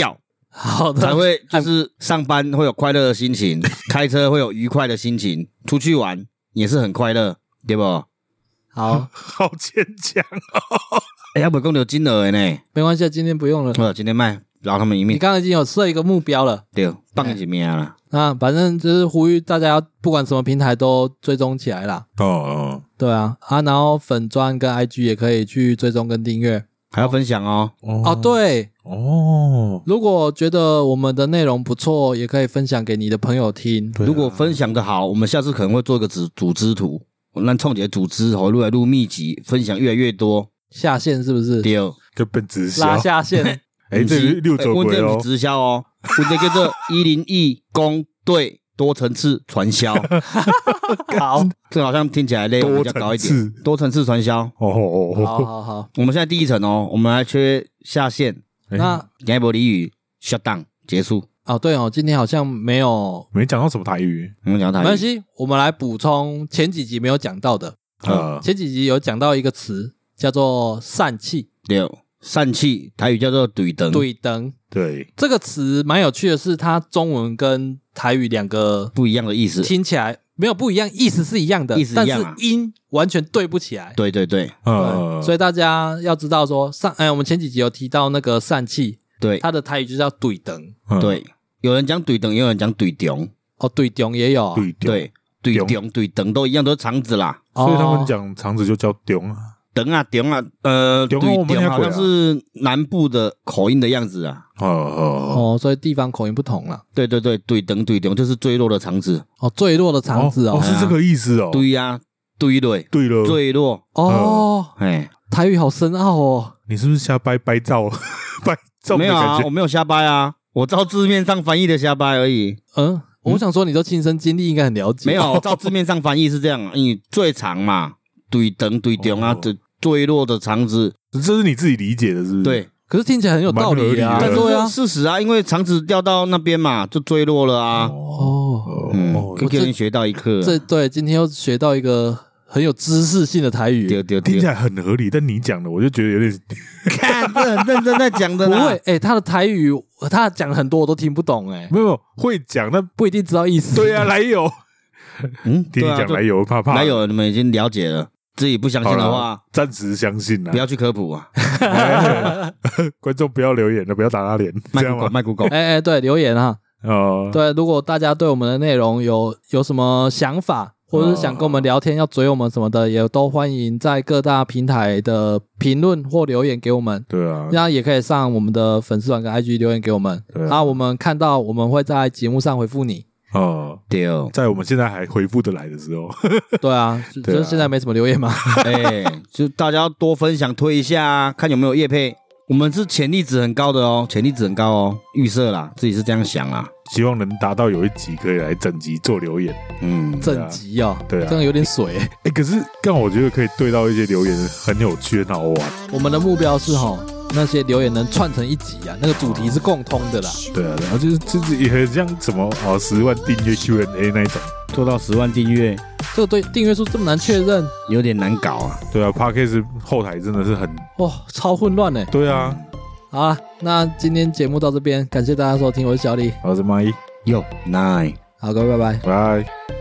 好的， 才会就是上班会有快乐的心情，开车会有愉快的心情，出去玩也是很快乐，对不？ 好， 好牵强哦。 哎、欸，要不讲到金额的呢？ 没关系，今天不用了。 呃，今天卖饶他们一命。 你刚刚已经有设一个目标了， 对，放几命了。 那反正就是呼吁大家要不管什么平台都追踪起来啦。 哦哦， 对啊，啊，然后粉专跟 I G 也可以去追踪跟订阅， 还要分享哦。 哦，哦对哦， 如果觉得我们的内容不错，也可以分享给你的朋友听。 如果分享的好，我们下次可能会做一个组组织图，让创姐组织哦，录来录密集，分享越来越多。 下线是不是？ 对， 就变直销拉下线。 哎，这是六走鬼哦， 直销哦，我这叫做一零一公对多层次传销。 好， 这好像听起来类比较高一点，多层次传销。 哦哦哦，好好好， 我们现在第一层哦，我们还缺下线。 那盖博俚语 shut down 结束。 哦，对哦，今天好像没有没讲到什么台语， 没有讲台语， 没关系，我们来补充前几集没有讲到的。呃，前几集有讲到一个词叫做疝气， 对，疝气台语叫做怼灯， 怼灯， 对， 这个词蛮有趣的是，它中文跟台语两个不一样的意思， 听起来没有不一样，意思是一样的， 意思一样、 啊，但是音完全对不起来。 对对对， 呃， 所以大家要知道说，上哎，我们前几集有提到那个疝气， 对， 它的台语就叫怼灯， 对，有人讲怼灯，也有人讲怼中， 哦，怼中也有， 对，怼中怼灯都一样，都是肠子啦， 所以他们讲肠子就叫中啊。 等啊等啊，呃，对点好像是南部的口音的样子啊。 哦哦哦，所以地方口音不同了。 对对对，对等对点就是坠落的肠子。 哦，坠落的肠子哦， 哦是这个意思哦。 对呀，对对对了， 坠落。 哦， 哎， 台语好深奥哦。 你是不是瞎掰掰照？掰照没有啊，我没有瞎掰啊，我照字面上翻译的瞎掰而已。 嗯，我想说你都亲身经历，应该很了解。 没有，照字面上翻译是这样，你最长嘛。对等对中啊，这坠落的肠子， 这是你自己理解的，是不是？ 对， 可是听起来很有道理啊。 但是事实啊，因为肠子掉到那边嘛，就坠落了啊。 哦， 嗯，跟客人学到一课。 这对，今天又学到一个很有知识性的台语， 对对听起来很合理。但你讲的，我就觉得有点， 看这很认真在讲的啦。 不会，哎，他的台语，他讲很多我都听不懂，哎， 没有会讲，但不一定知道意思。 对啊，来由， 嗯， 听你讲来由，怕怕来由，你们已经了解了。自己不相信的话， 暂时相信啦， 不要去科普啊！ 观众不要留言了，不要打他脸， 卖 Google 卖 Google， 哎哎，对，留言哈， 哦， 对，如果大家对我们的内容有有什么想法，或者是想跟我们聊天，要追我们什么的，也都欢迎在各大平台的评论或留言给我们。 对啊， 那也可以上我们的粉丝团跟 I G 留言给我们，啊，我们看到我们会在节目上回复你。 哦， 对哦， 在我们现在还回复得来的时候， 对啊，就是现在没什么留言嘛， 哎，就大家多分享推一下啊，看有没有业配。我们是潜力值很高的哦，潜力值很高哦，预设啦，自己是这样想啦， 希望能达到有一集可以来整集做留言。 嗯， 整集哦， 对啊， 这样有点水。 哎，可是刚好我觉得可以对到一些留言很有趣、很好玩。 我们的目标是齁。那些留言能串成一集啊，那个主题是共通的啦。 对啊，然后就是就是也很像什么哦，十万订阅 Q and A 那一种， 做到十万订阅， 这个对订阅数这么难确认， 有点难搞啊。 对啊 ，Podcast 后台真的是很哇，超混乱呢。 对啊， 好啊，那今天节目到这边，感谢大家收听，我是小李， 我是蚂蚁， 哟 ，nine， 好，各位拜拜， 拜。